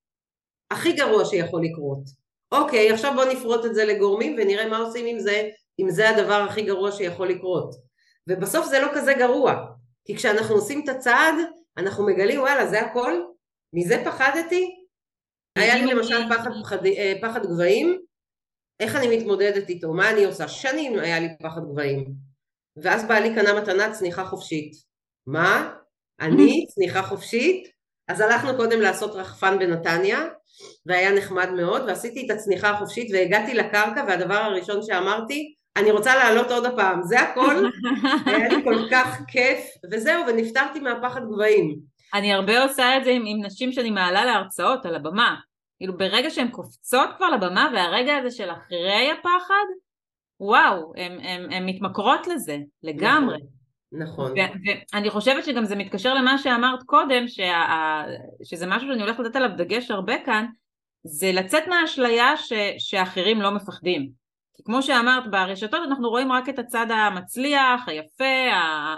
הכי גרוע שיכול לקרות. אוקיי, עכשיו בוא נפרוט את זה לגורמים, ונראה מה עושים עם זה, אם זה הדבר הכי גרוע שיכול לקרות. ובסוף זה לא כזה גרוע. כי כשאנחנו עושים את הצעד, אנחנו מגלים, וואלה, זה הכל? מזה פחדתי? היה לי למשל פחד, פחד, פחד גבהים, איך אני מתמודדת איתו? מה אני עושה? שנים היה לי פחד גבהים. ואז באה לי קנה מתנה צניחה חופשית. מה? אני צניחה חופשית? אז הלכנו קודם לעשות רחפן בנתניה, והיה נחמד מאוד, ועשיתי את הצניחה החופשית, והגעתי לקרקע, והדבר הראשון שאמרתי, אני רוצה לעלות עוד הפעם, זה הכל, היה לי כל כך כיף, וזהו, ונפטרתי מהפחד גבהים. אני הרבה עושה את זה עם, עם נשים שאני מעלה להרצאות על הבמה, כאילו ברגע שהן קופצות כבר לבמה, והרגע הזה של אחרי הפחד, וואו, הן מתמכרות לזה, לגמרי. נכון. ואני חושבת שגם זה מתקשר למה שאמרת קודם, שה, שזה משהו שאני הולכת לתת עליו דגש הרבה כאן, זה לצאת מהאשליה ש, שאחרים לא מפחדים. כי כמו שאמרת, ברשתות אנחנו רואים רק את הצד המצליח, היפה, ה...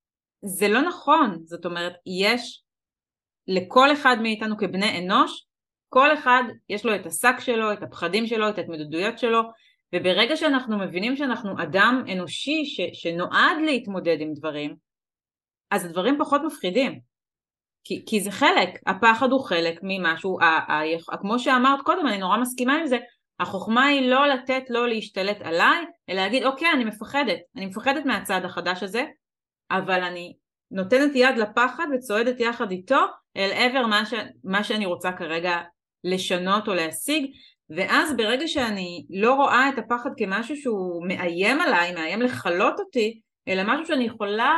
זה לא נכון. זאת אומרת, יש לכל אחד מאיתנו כבני אנוש, כל אחד יש לו את השק שלו, את הפחדים שלו, את ההתמודדויות שלו, וברגע שאנחנו מבינים שאנחנו אדם אנושי ש... שנועד להתמודד עם דברים, אז הדברים פחות מפחידים. כי, כי זה חלק, הפחד הוא חלק ממשהו, ה... ה... ה... כמו שאמרת קודם, אני נורא מסכימה עם זה, החוכמה היא לא לתת לו להשתלט עליי, אלא להגיד, אוקיי, אני מפחדת, אני מפחדת מהצעד החדש הזה, אבל אני נותנת יד לפחד וצועדת יחד איתו, אל עבר מה, ש... מה שאני רוצה כרגע לשנות או להשיג, ואז ברגע שאני לא רואה את הפחד כמשהו שהוא מאיים עליי, מאיים לחלות אותי, אלא משהו שאני יכולה,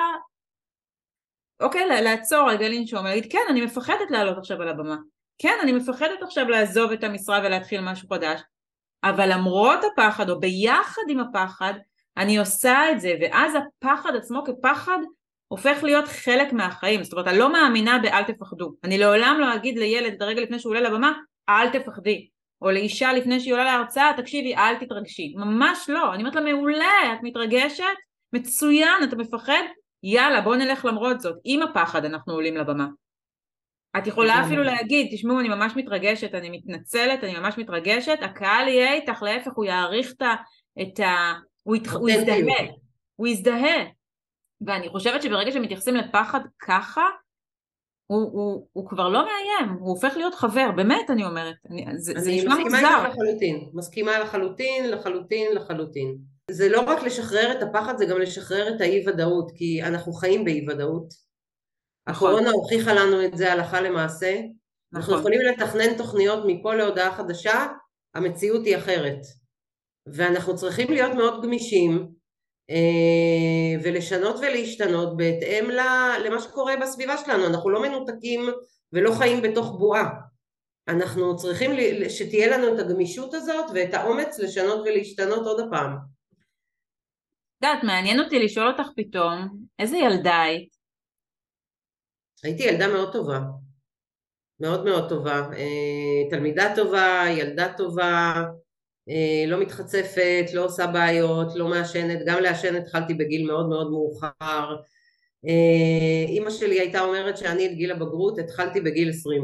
אוקיי, לעצור רגע לנשום, להגיד, כן, אני מפחדת לעלות עכשיו על הבמה, כן, אני מפחדת עכשיו לעזוב את המשרה ולהתחיל משהו חדש, אבל למרות הפחד או ביחד עם הפחד, אני עושה את זה, ואז הפחד עצמו כפחד הופך להיות חלק מהחיים. זאת אומרת, אני לא מאמינה באל תפחדו. אני לעולם לא אגיד לילד רגע לפני שהוא עולה לבמה, אל תפחדי. או לאישה לפני שהיא עולה להרצאה, תקשיבי, אל תתרגשי. ממש לא. אני אומרת לה, מעולה, את מתרגשת? מצוין, אתה מפחד? יאללה, בוא נלך למרות זאת. עם הפחד אנחנו עולים לבמה. את יכולה אפילו להגיד, תשמעו, אני ממש מתרגשת, אני מתנצלת, אני ממש מתרגשת, הקהל יהיה איתך, להפך, הוא יעריך את ה... הוא יזדהה, הוא יזדהה. ואני חושבת שברגע שמתייחסים לפחד ככה, הוא, הוא, הוא כבר לא מאיים, הוא הופך להיות חבר, באמת אני אומרת, אני, זה, זה נשמע מוזר. אני מסכימה איתך לחלוטין, מסכימה לחלוטין, לחלוטין, לחלוטין. זה לא רק לשחרר את הפחד, זה גם לשחרר את האי ודאות, כי אנחנו חיים באי ודאות. נכון. הקורונה הוכיחה לנו את זה הלכה למעשה. נכון. אנחנו יכולים לתכנן תוכניות מפה להודעה חדשה, המציאות היא אחרת. ואנחנו צריכים להיות מאוד גמישים, ולשנות ולהשתנות בהתאם למה שקורה בסביבה שלנו. אנחנו לא מנותקים ולא חיים בתוך בועה. אנחנו צריכים שתהיה לנו את הגמישות הזאת ואת האומץ לשנות ולהשתנות עוד הפעם. יודעת, מעניין אותי לשאול אותך פתאום, איזה ילדה היית? הייתי ילדה מאוד טובה, מאוד מאוד טובה, תלמידה טובה, ילדה טובה, לא מתחצפת, לא עושה בעיות, לא מעשנת, גם לעשן התחלתי בגיל מאוד מאוד מאוחר. אמא שלי הייתה אומרת שאני את גיל הבגרות התחלתי בגיל עשרים.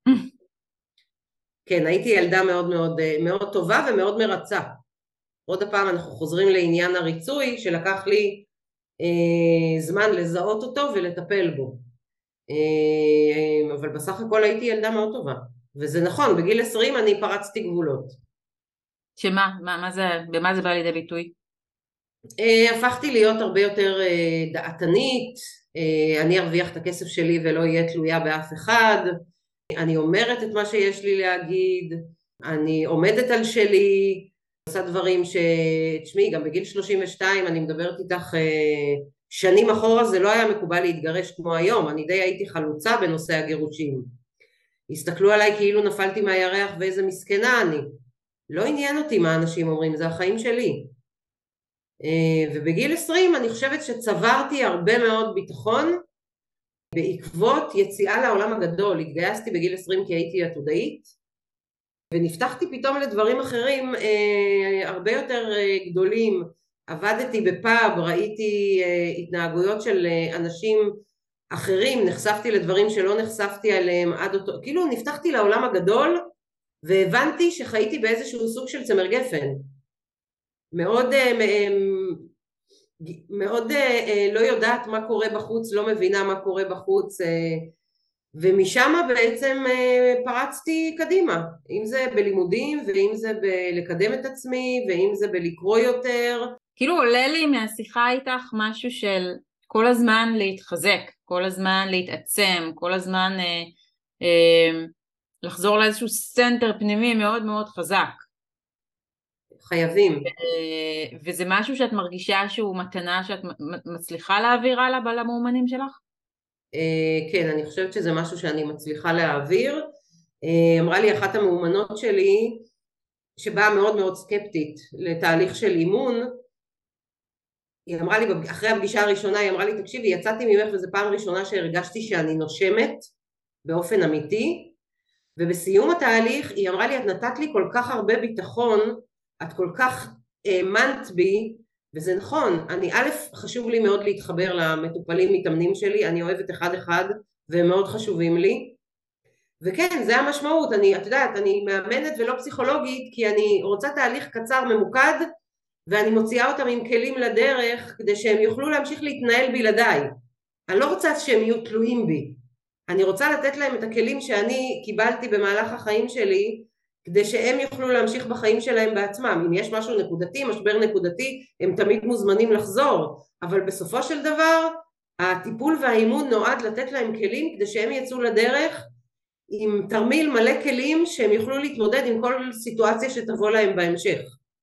כן, הייתי ילדה מאוד מאוד, מאוד טובה ומאוד מרצה. עוד הפעם אנחנו חוזרים לעניין הריצוי שלקח לי אה, זמן לזהות אותו ולטפל בו. אה, אבל בסך הכל הייתי ילדה מאוד טובה. וזה נכון, בגיל עשרים אני פרצתי גבולות. שמה? מה, מה זה, במה זה בא לידי ביטוי? אה, הפכתי להיות הרבה יותר אה, דעתנית, אה, אני ארוויח את הכסף שלי ולא אהיה תלויה באף אחד, אני אומרת את מה שיש לי להגיד, אני עומדת על שלי, עושה דברים ש... תשמעי, גם בגיל שלושים ושתיים אני מדברת איתך אה, שנים אחורה, זה לא היה מקובל להתגרש כמו היום, אני די הייתי חלוצה בנושא הגירושים. הסתכלו עליי כאילו נפלתי מהירח ואיזה מסכנה אני. לא עניין אותי מה אנשים אומרים, זה החיים שלי. אה, ובגיל עשרים אני חושבת שצברתי הרבה מאוד ביטחון, בעקבות יציאה לעולם הגדול. התגייסתי בגיל עשרים כי הייתי עתודאית, ונפתחתי פתאום לדברים אחרים אה, הרבה יותר אה, גדולים. עבדתי בפאב, ראיתי אה, התנהגויות של אה, אנשים אחרים, נחשפתי לדברים שלא נחשפתי עליהם עד אותו, כאילו נפתחתי לעולם הגדול, והבנתי שחייתי באיזשהו סוג של צמר גפן. מאוד... אה, אה, מאוד אה, לא יודעת מה קורה בחוץ, לא מבינה מה קורה בחוץ, אה, ומשם בעצם אה, פרצתי קדימה, אם זה בלימודים ואם זה בלקדם את עצמי ואם זה בלקרוא יותר. כאילו עולה לי מהשיחה איתך משהו של כל הזמן להתחזק, כל הזמן להתעצם, כל הזמן אה, אה, לחזור לאיזשהו סנטר פנימי מאוד מאוד חזק. חייבים. וזה משהו שאת מרגישה שהוא מתנה שאת מצליחה להעביר הלאה למאומנים שלך? כן, אני חושבת שזה משהו שאני מצליחה להעביר. אמרה לי אחת המאומנות שלי, שבאה מאוד מאוד סקפטית לתהליך של אימון, היא אמרה לי, אחרי הפגישה הראשונה, היא אמרה לי, תקשיבי, יצאתי ממך וזו פעם ראשונה שהרגשתי שאני נושמת באופן אמיתי, ובסיום התהליך היא אמרה לי, את נתת לי כל כך הרבה ביטחון, את כל כך האמנת בי, וזה נכון, אני א', חשוב לי מאוד להתחבר למטופלים מתאמנים שלי, אני אוהבת אחד אחד והם מאוד חשובים לי, וכן, זה המשמעות. אני, את יודעת, אני מאמנת ולא פסיכולוגית, כי אני רוצה תהליך קצר ממוקד, ואני מוציאה אותם עם כלים לדרך, כדי שהם יוכלו להמשיך להתנהל בלעדיי. אני לא רוצה שהם יהיו תלויים בי, אני רוצה לתת להם את הכלים שאני קיבלתי במהלך החיים שלי, כדי שהם יוכלו להמשיך בחיים שלהם בעצמם. אם יש משהו נקודתי, משבר נקודתי, הם תמיד מוזמנים לחזור, אבל בסופו של דבר, הטיפול והאימון נועד לתת להם כלים, כדי שהם יצאו לדרך, עם תרמיל מלא כלים, שהם יוכלו להתמודד עם כל סיטואציה שתבוא להם בהמשך.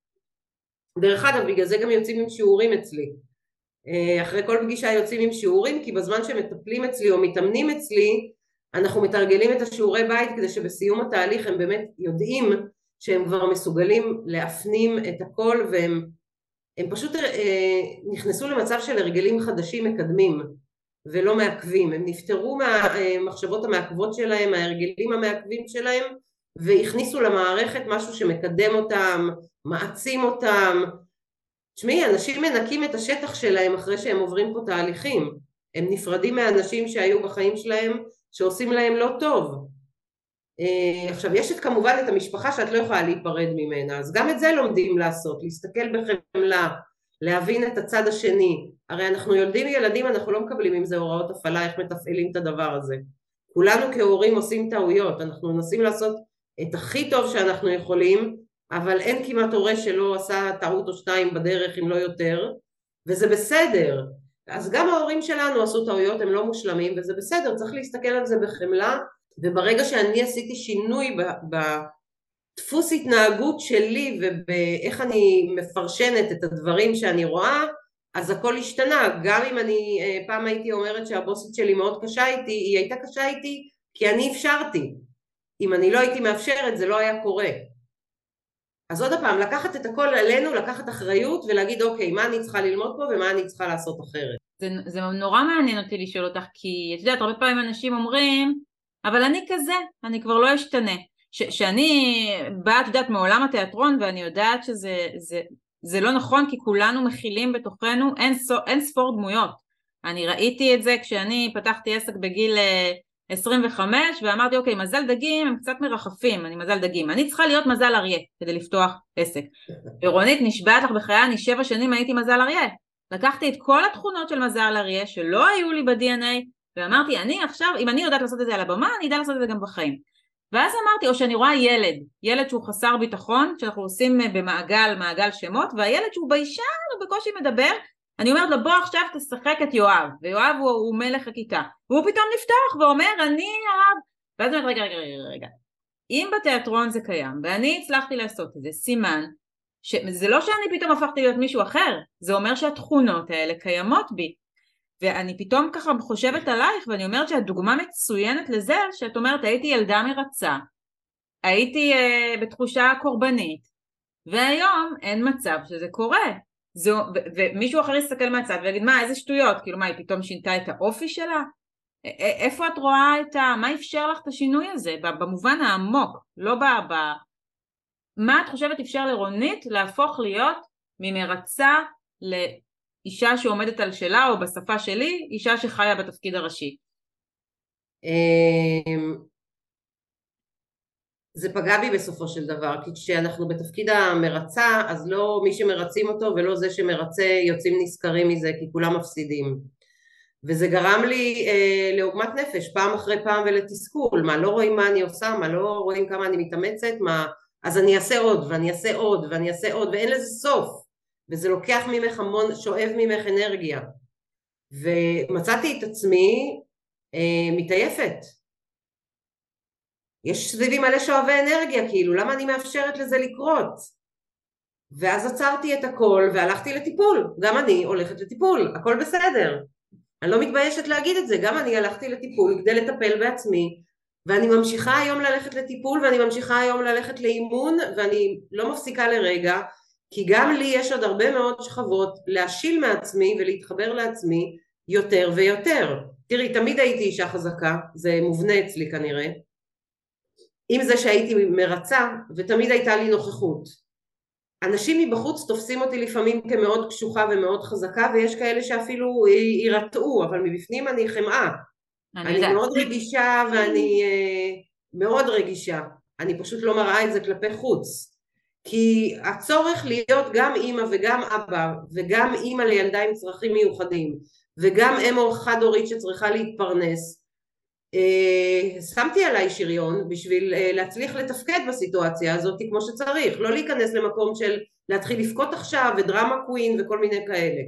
דרך אגב, בגלל זה גם יוצאים עם שיעורים אצלי. אחרי כל פגישה יוצאים עם שיעורים, כי בזמן שמטפלים אצלי או מתאמנים אצלי, אנחנו מתרגלים את השיעורי בית, כדי שבסיום התהליך הם באמת יודעים שהם כבר מסוגלים להפנים את הכל, והם הם פשוט אה, נכנסו למצב של הרגלים חדשים מקדמים ולא מעכבים. הם נפטרו מהמחשבות המעכבות שלהם, מההרגלים המעכבים שלהם, והכניסו למערכת משהו שמקדם אותם, מעצים אותם. תשמעי, אנשים מנקים את השטח שלהם אחרי שהם עוברים פה תהליכים. הם נפרדים מהאנשים שהיו בחיים שלהם, שעושים להם לא טוב. עכשיו, יש את כמובן את המשפחה שאת לא יכולה להיפרד ממנה, אז גם את זה לומדים לעשות, להסתכל בחמלה, להבין את הצד השני. הרי אנחנו יולדים ילדים, אנחנו לא מקבלים עם זה הוראות הפעלה, איך מתפעלים את הדבר הזה. כולנו כהורים עושים טעויות, אנחנו מנסים לעשות את הכי טוב שאנחנו יכולים, אבל אין כמעט הורה שלא עשה טעות או שתיים בדרך אם לא יותר, וזה בסדר. אז גם ההורים שלנו עשו טעויות, הם לא מושלמים, וזה בסדר, צריך להסתכל על זה בחמלה, וברגע שאני עשיתי שינוי בדפוס התנהגות שלי ובאיך אני מפרשנת את הדברים שאני רואה, אז הכל השתנה. גם אם אני פעם הייתי אומרת שהבוסית שלי מאוד קשה איתי, היא הייתה קשה איתי כי אני אפשרתי. אם אני לא הייתי מאפשרת זה לא היה קורה. אז עוד הפעם, לקחת את הכל עלינו, לקחת אחריות ולהגיד אוקיי, מה אני צריכה ללמוד פה ומה אני צריכה לעשות אחרת. זה, זה נורא מעניין אותי לשאול אותך, כי את יודעת, הרבה פעמים אנשים אומרים, אבל אני כזה, אני כבר לא אשתנה. ש, שאני באה, את יודעת, מעולם התיאטרון, ואני יודעת שזה זה, זה לא נכון, כי כולנו מכילים בתוכנו אין, אין ספור דמויות. אני ראיתי את זה כשאני פתחתי עסק בגיל עשרים וחמש, ואמרתי, אוקיי, מזל דגים הם קצת מרחפים, אני מזל דגים, אני צריכה להיות מזל אריה כדי לפתוח עסק. ורונית, נשבעת לך בחיי, אני שבע שנים הייתי מזל אריה. לקחתי את כל התכונות של מזל אריה שלא היו לי ב-די אן איי, ואמרתי, אני עכשיו, אם אני יודעת לעשות את זה על הבמה, אני יודע לעשות את זה גם בחיים. ואז אמרתי, או שאני רואה ילד, ילד שהוא חסר ביטחון, שאנחנו עושים במעגל, מעגל שמות, והילד שהוא ביישן, הוא בקושי מדבר, אני אומרת לו, בוא עכשיו תשחק את יואב, ויואב הוא, הוא מלך הכיתה, והוא פתאום נפתח ואומר, אני יואב, ואז אני אומרת, רגע, רגע, רגע, רגע, אם בתיאטרון זה קיים, ואני הצלחתי לעשות את זה, סימן, שזה לא שאני פתאום הפכתי להיות מישהו אחר, זה אומר שהתכונות האלה קיימות בי, ואני פתאום ככה חושבת עלייך, ואני אומרת שהדוגמה מצוינת לזה, שאת אומרת, הייתי ילדה מרצה, הייתי אה, בתחושה קורבנית, והיום אין מצב שזה קורה, זו, ו, ומישהו אחר יסתכל מהצד ויגיד, מה, איזה שטויות, כאילו מה, היא פתאום שינתה את האופי שלה? א- איפה את רואה את ה... מה אפשר לך את השינוי הזה? במובן העמוק, לא ב... ב... מה את חושבת אפשר לרונית להפוך להיות ממרצה לאישה שעומדת על שלה, או בשפה שלי, אישה שחיה בתפקיד הראשי? זה פגע בי בסופו של דבר, כי כשאנחנו בתפקיד המרצה, אז לא מי שמרצים אותו ולא זה שמרצה יוצאים נזכרים מזה, כי כולם מפסידים. וזה גרם לי אה, לעוגמת נפש, פעם אחרי פעם ולתסכול, מה לא רואים מה אני עושה, מה לא רואים כמה אני מתאמצת, מה, אז אני אעשה עוד ואני אעשה עוד ואני אעשה עוד, ואין לזה סוף, וזה לוקח ממך המון, שואב ממך אנרגיה. ומצאתי את עצמי אה, מתעייפת. יש סביבי מלא שואבי אנרגיה, כאילו, למה אני מאפשרת לזה לקרות? ואז עצרתי את הכל והלכתי לטיפול. גם אני הולכת לטיפול, הכל בסדר. אני לא מתביישת להגיד את זה, גם אני הלכתי לטיפול כדי לטפל בעצמי, ואני ממשיכה היום ללכת לטיפול, ואני ממשיכה היום ללכת לאימון, ואני לא מפסיקה לרגע, כי גם לי יש עוד הרבה מאוד שכבות להשיל מעצמי ולהתחבר לעצמי יותר ויותר. תראי, תמיד הייתי אישה חזקה, זה מובנה אצלי כנראה, עם זה שהייתי מרצה ותמיד הייתה לי נוכחות. אנשים מבחוץ תופסים אותי לפעמים כמאוד קשוחה ומאוד חזקה, ויש כאלה שאפילו יירתעו, אבל מבפנים אני חמאה. אני, אני מאוד רגישה ואני uh, מאוד רגישה. אני פשוט לא מראה את זה כלפי חוץ. כי הצורך להיות גם אימא וגם אבא, וגם אימא לילדה עם צרכים מיוחדים, וגם אם חד הורית שצריכה להתפרנס, Uh, שמתי עליי שריון בשביל uh, להצליח לתפקד בסיטואציה הזאת כמו שצריך, לא להיכנס למקום של להתחיל לפקות עכשיו ודרמה קווין וכל מיני כאלה.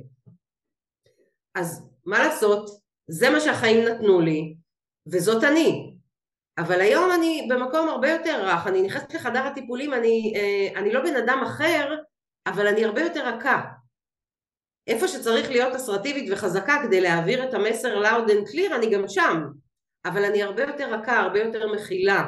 אז מה לעשות, זה מה שהחיים נתנו לי וזאת אני. אבל היום אני במקום הרבה יותר רך, אני נכנסת לחדר הטיפולים, אני, uh, אני לא בן אדם אחר, אבל אני הרבה יותר רכה. איפה שצריך להיות אסרטיבית וחזקה כדי להעביר את המסר loud and clear, אני גם שם. אבל אני הרבה יותר רכה, הרבה יותר מכילה.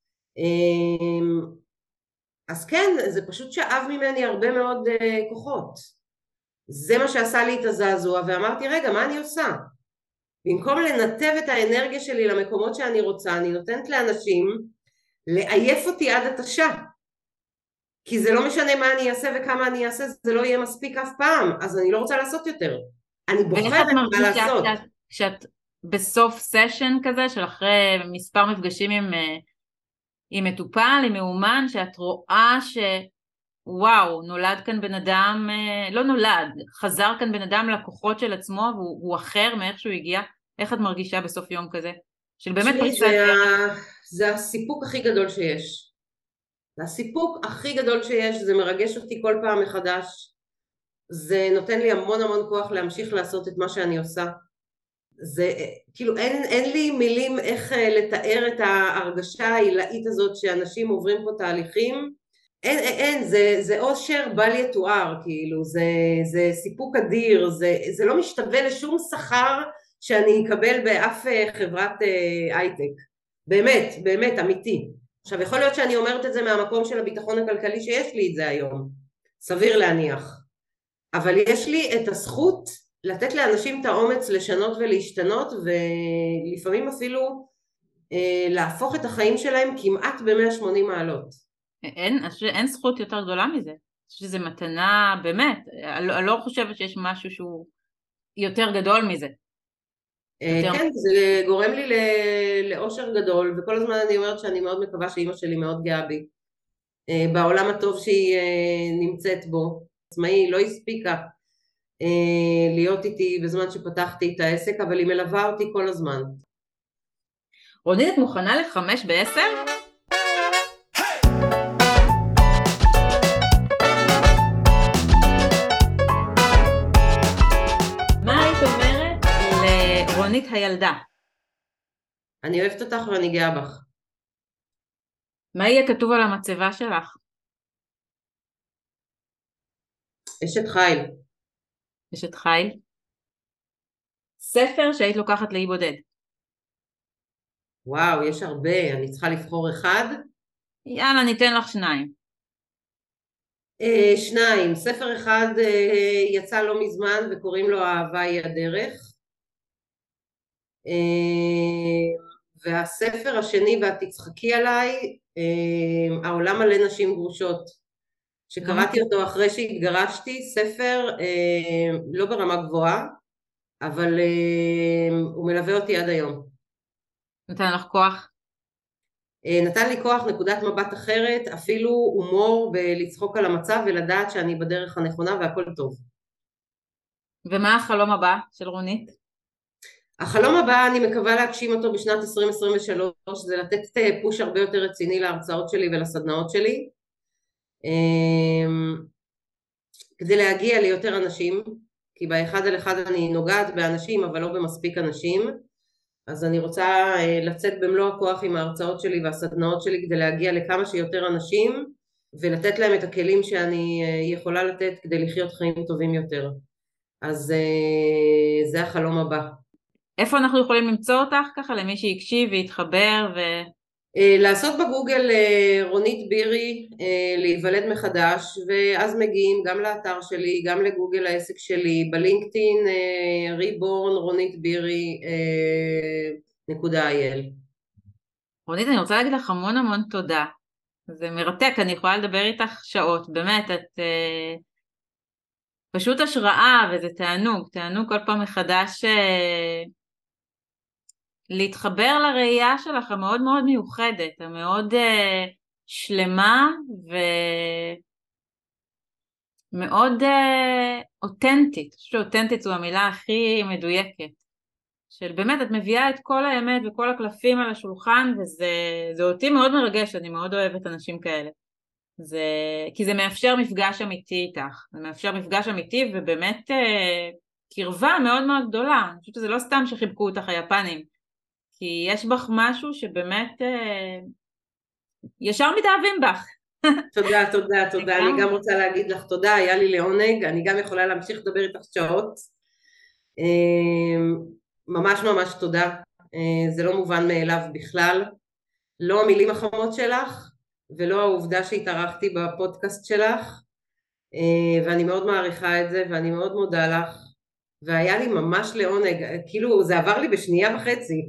אז כן, זה פשוט שאב ממני הרבה מאוד כוחות. זה מה שעשה לי את הזעזוע, ואמרתי, רגע, מה אני עושה? במקום לנתב את האנרגיה שלי למקומות שאני רוצה, אני נותנת לאנשים לעייף אותי עד התשה. כי זה לא משנה מה אני אעשה וכמה אני אעשה, זה לא יהיה מספיק אף פעם, אז אני לא רוצה לעשות יותר. אני בוחרת מה לעשות. כשאת בסוף סשן כזה, של אחרי מספר מפגשים עם, עם מטופל, עם מאומן, שאת רואה שוואו, נולד כאן בן אדם, לא נולד, חזר כאן בן אדם לכוחות של עצמו, והוא אחר מאיך שהוא הגיע, איך את מרגישה בסוף יום כזה? של באמת פריצת זה, דרך. זה הסיפוק הכי גדול שיש. זה הסיפוק הכי גדול שיש, זה מרגש אותי כל פעם מחדש. זה נותן לי המון המון כוח להמשיך לעשות את מה שאני עושה. זה כאילו אין, אין לי מילים איך לתאר את ההרגשה העילאית הזאת שאנשים עוברים פה תהליכים. אין, אין, אין זה, זה אושר בל יתואר, כאילו, זה, זה סיפוק אדיר, זה, זה לא משתווה לשום שכר שאני אקבל באף חברת הייטק. באמת, באמת, אמיתי. עכשיו, יכול להיות שאני אומרת את זה מהמקום של הביטחון הכלכלי שיש לי את זה היום. סביר להניח. אבל יש לי את הזכות לתת לאנשים את האומץ לשנות ולהשתנות, ולפעמים אפילו אה, להפוך את החיים שלהם כמעט ב-מאה ושמונים מעלות. אין, אין זכות יותר גדולה מזה. שזה מתנה, באמת. אני, אני לא חושבת שיש משהו שהוא יותר גדול מזה. יותר... כן, זה גורם לי לאושר גדול, וכל הזמן אני אומרת שאני מאוד מקווה שאמא שלי מאוד גאה בי. אה, בעולם הטוב שהיא אה, נמצאת בו. עצמאי לא הספיקה להיות איתי בזמן שפתחתי את העסק, אבל היא מלווה אותי כל הזמן. רונית, את מוכנה לחמש בעשר? מה היית אומרת לרונית הילדה? אני אוהבת אותך ואני גאה בך. מה יהיה כתוב על המצבה שלך? אשת חיל. אשת חיל. ספר שהיית לוקחת לאי בודד. וואו, יש הרבה, אני צריכה לבחור אחד. יאללה, ניתן לך שניים. אה, שניים, ספר אחד אה, יצא לא מזמן וקוראים לו אהבה היא הדרך. אה, והספר השני והתצחקי עליי, אה, העולם מלא נשים גרושות. שקראתי אותו אחרי שהתגרשתי, ספר אה, לא ברמה גבוהה, אבל אה, הוא מלווה אותי עד היום. נתן לך כוח? אה, נתן לי כוח, נקודת מבט אחרת, אפילו הומור בלצחוק על המצב ולדעת שאני בדרך הנכונה והכל טוב. ומה החלום הבא של רונית? החלום הבא, אני מקווה להגשים אותו בשנת עשרים עשרים ושלוש, זה לתת פוש הרבה יותר רציני להרצאות שלי ולסדנאות שלי, כדי להגיע ליותר אנשים, כי באחד על אחד אני נוגעת באנשים אבל לא במספיק אנשים, אז אני רוצה לצאת במלוא הכוח עם ההרצאות שלי והסדנאות שלי כדי להגיע לכמה שיותר אנשים ולתת להם את הכלים שאני יכולה לתת כדי לחיות חיים טובים יותר. אז זה החלום הבא. איפה אנחנו יכולים למצוא אותך ככה למי שיקשיב ויתחבר ו... לעשות בגוגל רונית בירי, להיוולד מחדש, ואז מגיעים גם לאתר שלי, גם לגוגל העסק שלי, בלינקדאין ריבורן רונית בירי נקודה איי אל. רונית, אני רוצה להגיד לך המון המון תודה. זה מרתק, אני יכולה לדבר איתך שעות, באמת, את uh, פשוט השראה, וזה תענוג, תענוג כל פעם מחדש uh, להתחבר לראייה שלך המאוד מאוד מיוחדת, המאוד uh, שלמה ומאוד uh, אותנטית. אני חושבת שאותנטית זו המילה הכי מדויקת. של באמת את מביאה את כל האמת וכל הקלפים על השולחן, וזה זה אותי מאוד מרגש, אני מאוד אוהבת אנשים כאלה. זה, כי זה מאפשר מפגש אמיתי איתך, זה מאפשר מפגש אמיתי ובאמת אה, קרבה מאוד מאוד גדולה. אני חושבת שזה לא סתם שחיבקו אותך היפנים, כי יש בך משהו שבאמת אה, ישר מתאהבים בך. תודה, תודה, תודה. אני גם רוצה להגיד לך תודה, היה לי לעונג, אני גם יכולה להמשיך לדבר איתך שעות. ממש ממש תודה, זה לא מובן מאליו בכלל, לא המילים החמות שלך ולא העובדה שהתארחתי בפודקאסט שלך, ואני מאוד מעריכה את זה ואני מאוד מודה לך, והיה לי ממש לעונג, כאילו זה עבר לי בשנייה וחצי.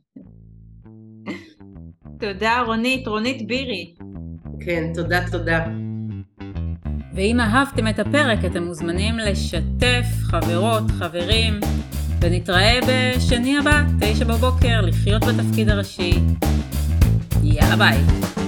תודה רונית, רונית בירי. כן, תודה, תודה. ואם אהבתם את הפרק אתם מוזמנים לשתף חברות, חברים, ונתראה בשני הבא, תשע בבוקר, לחיות בתפקיד הראשי. יאללה ביי.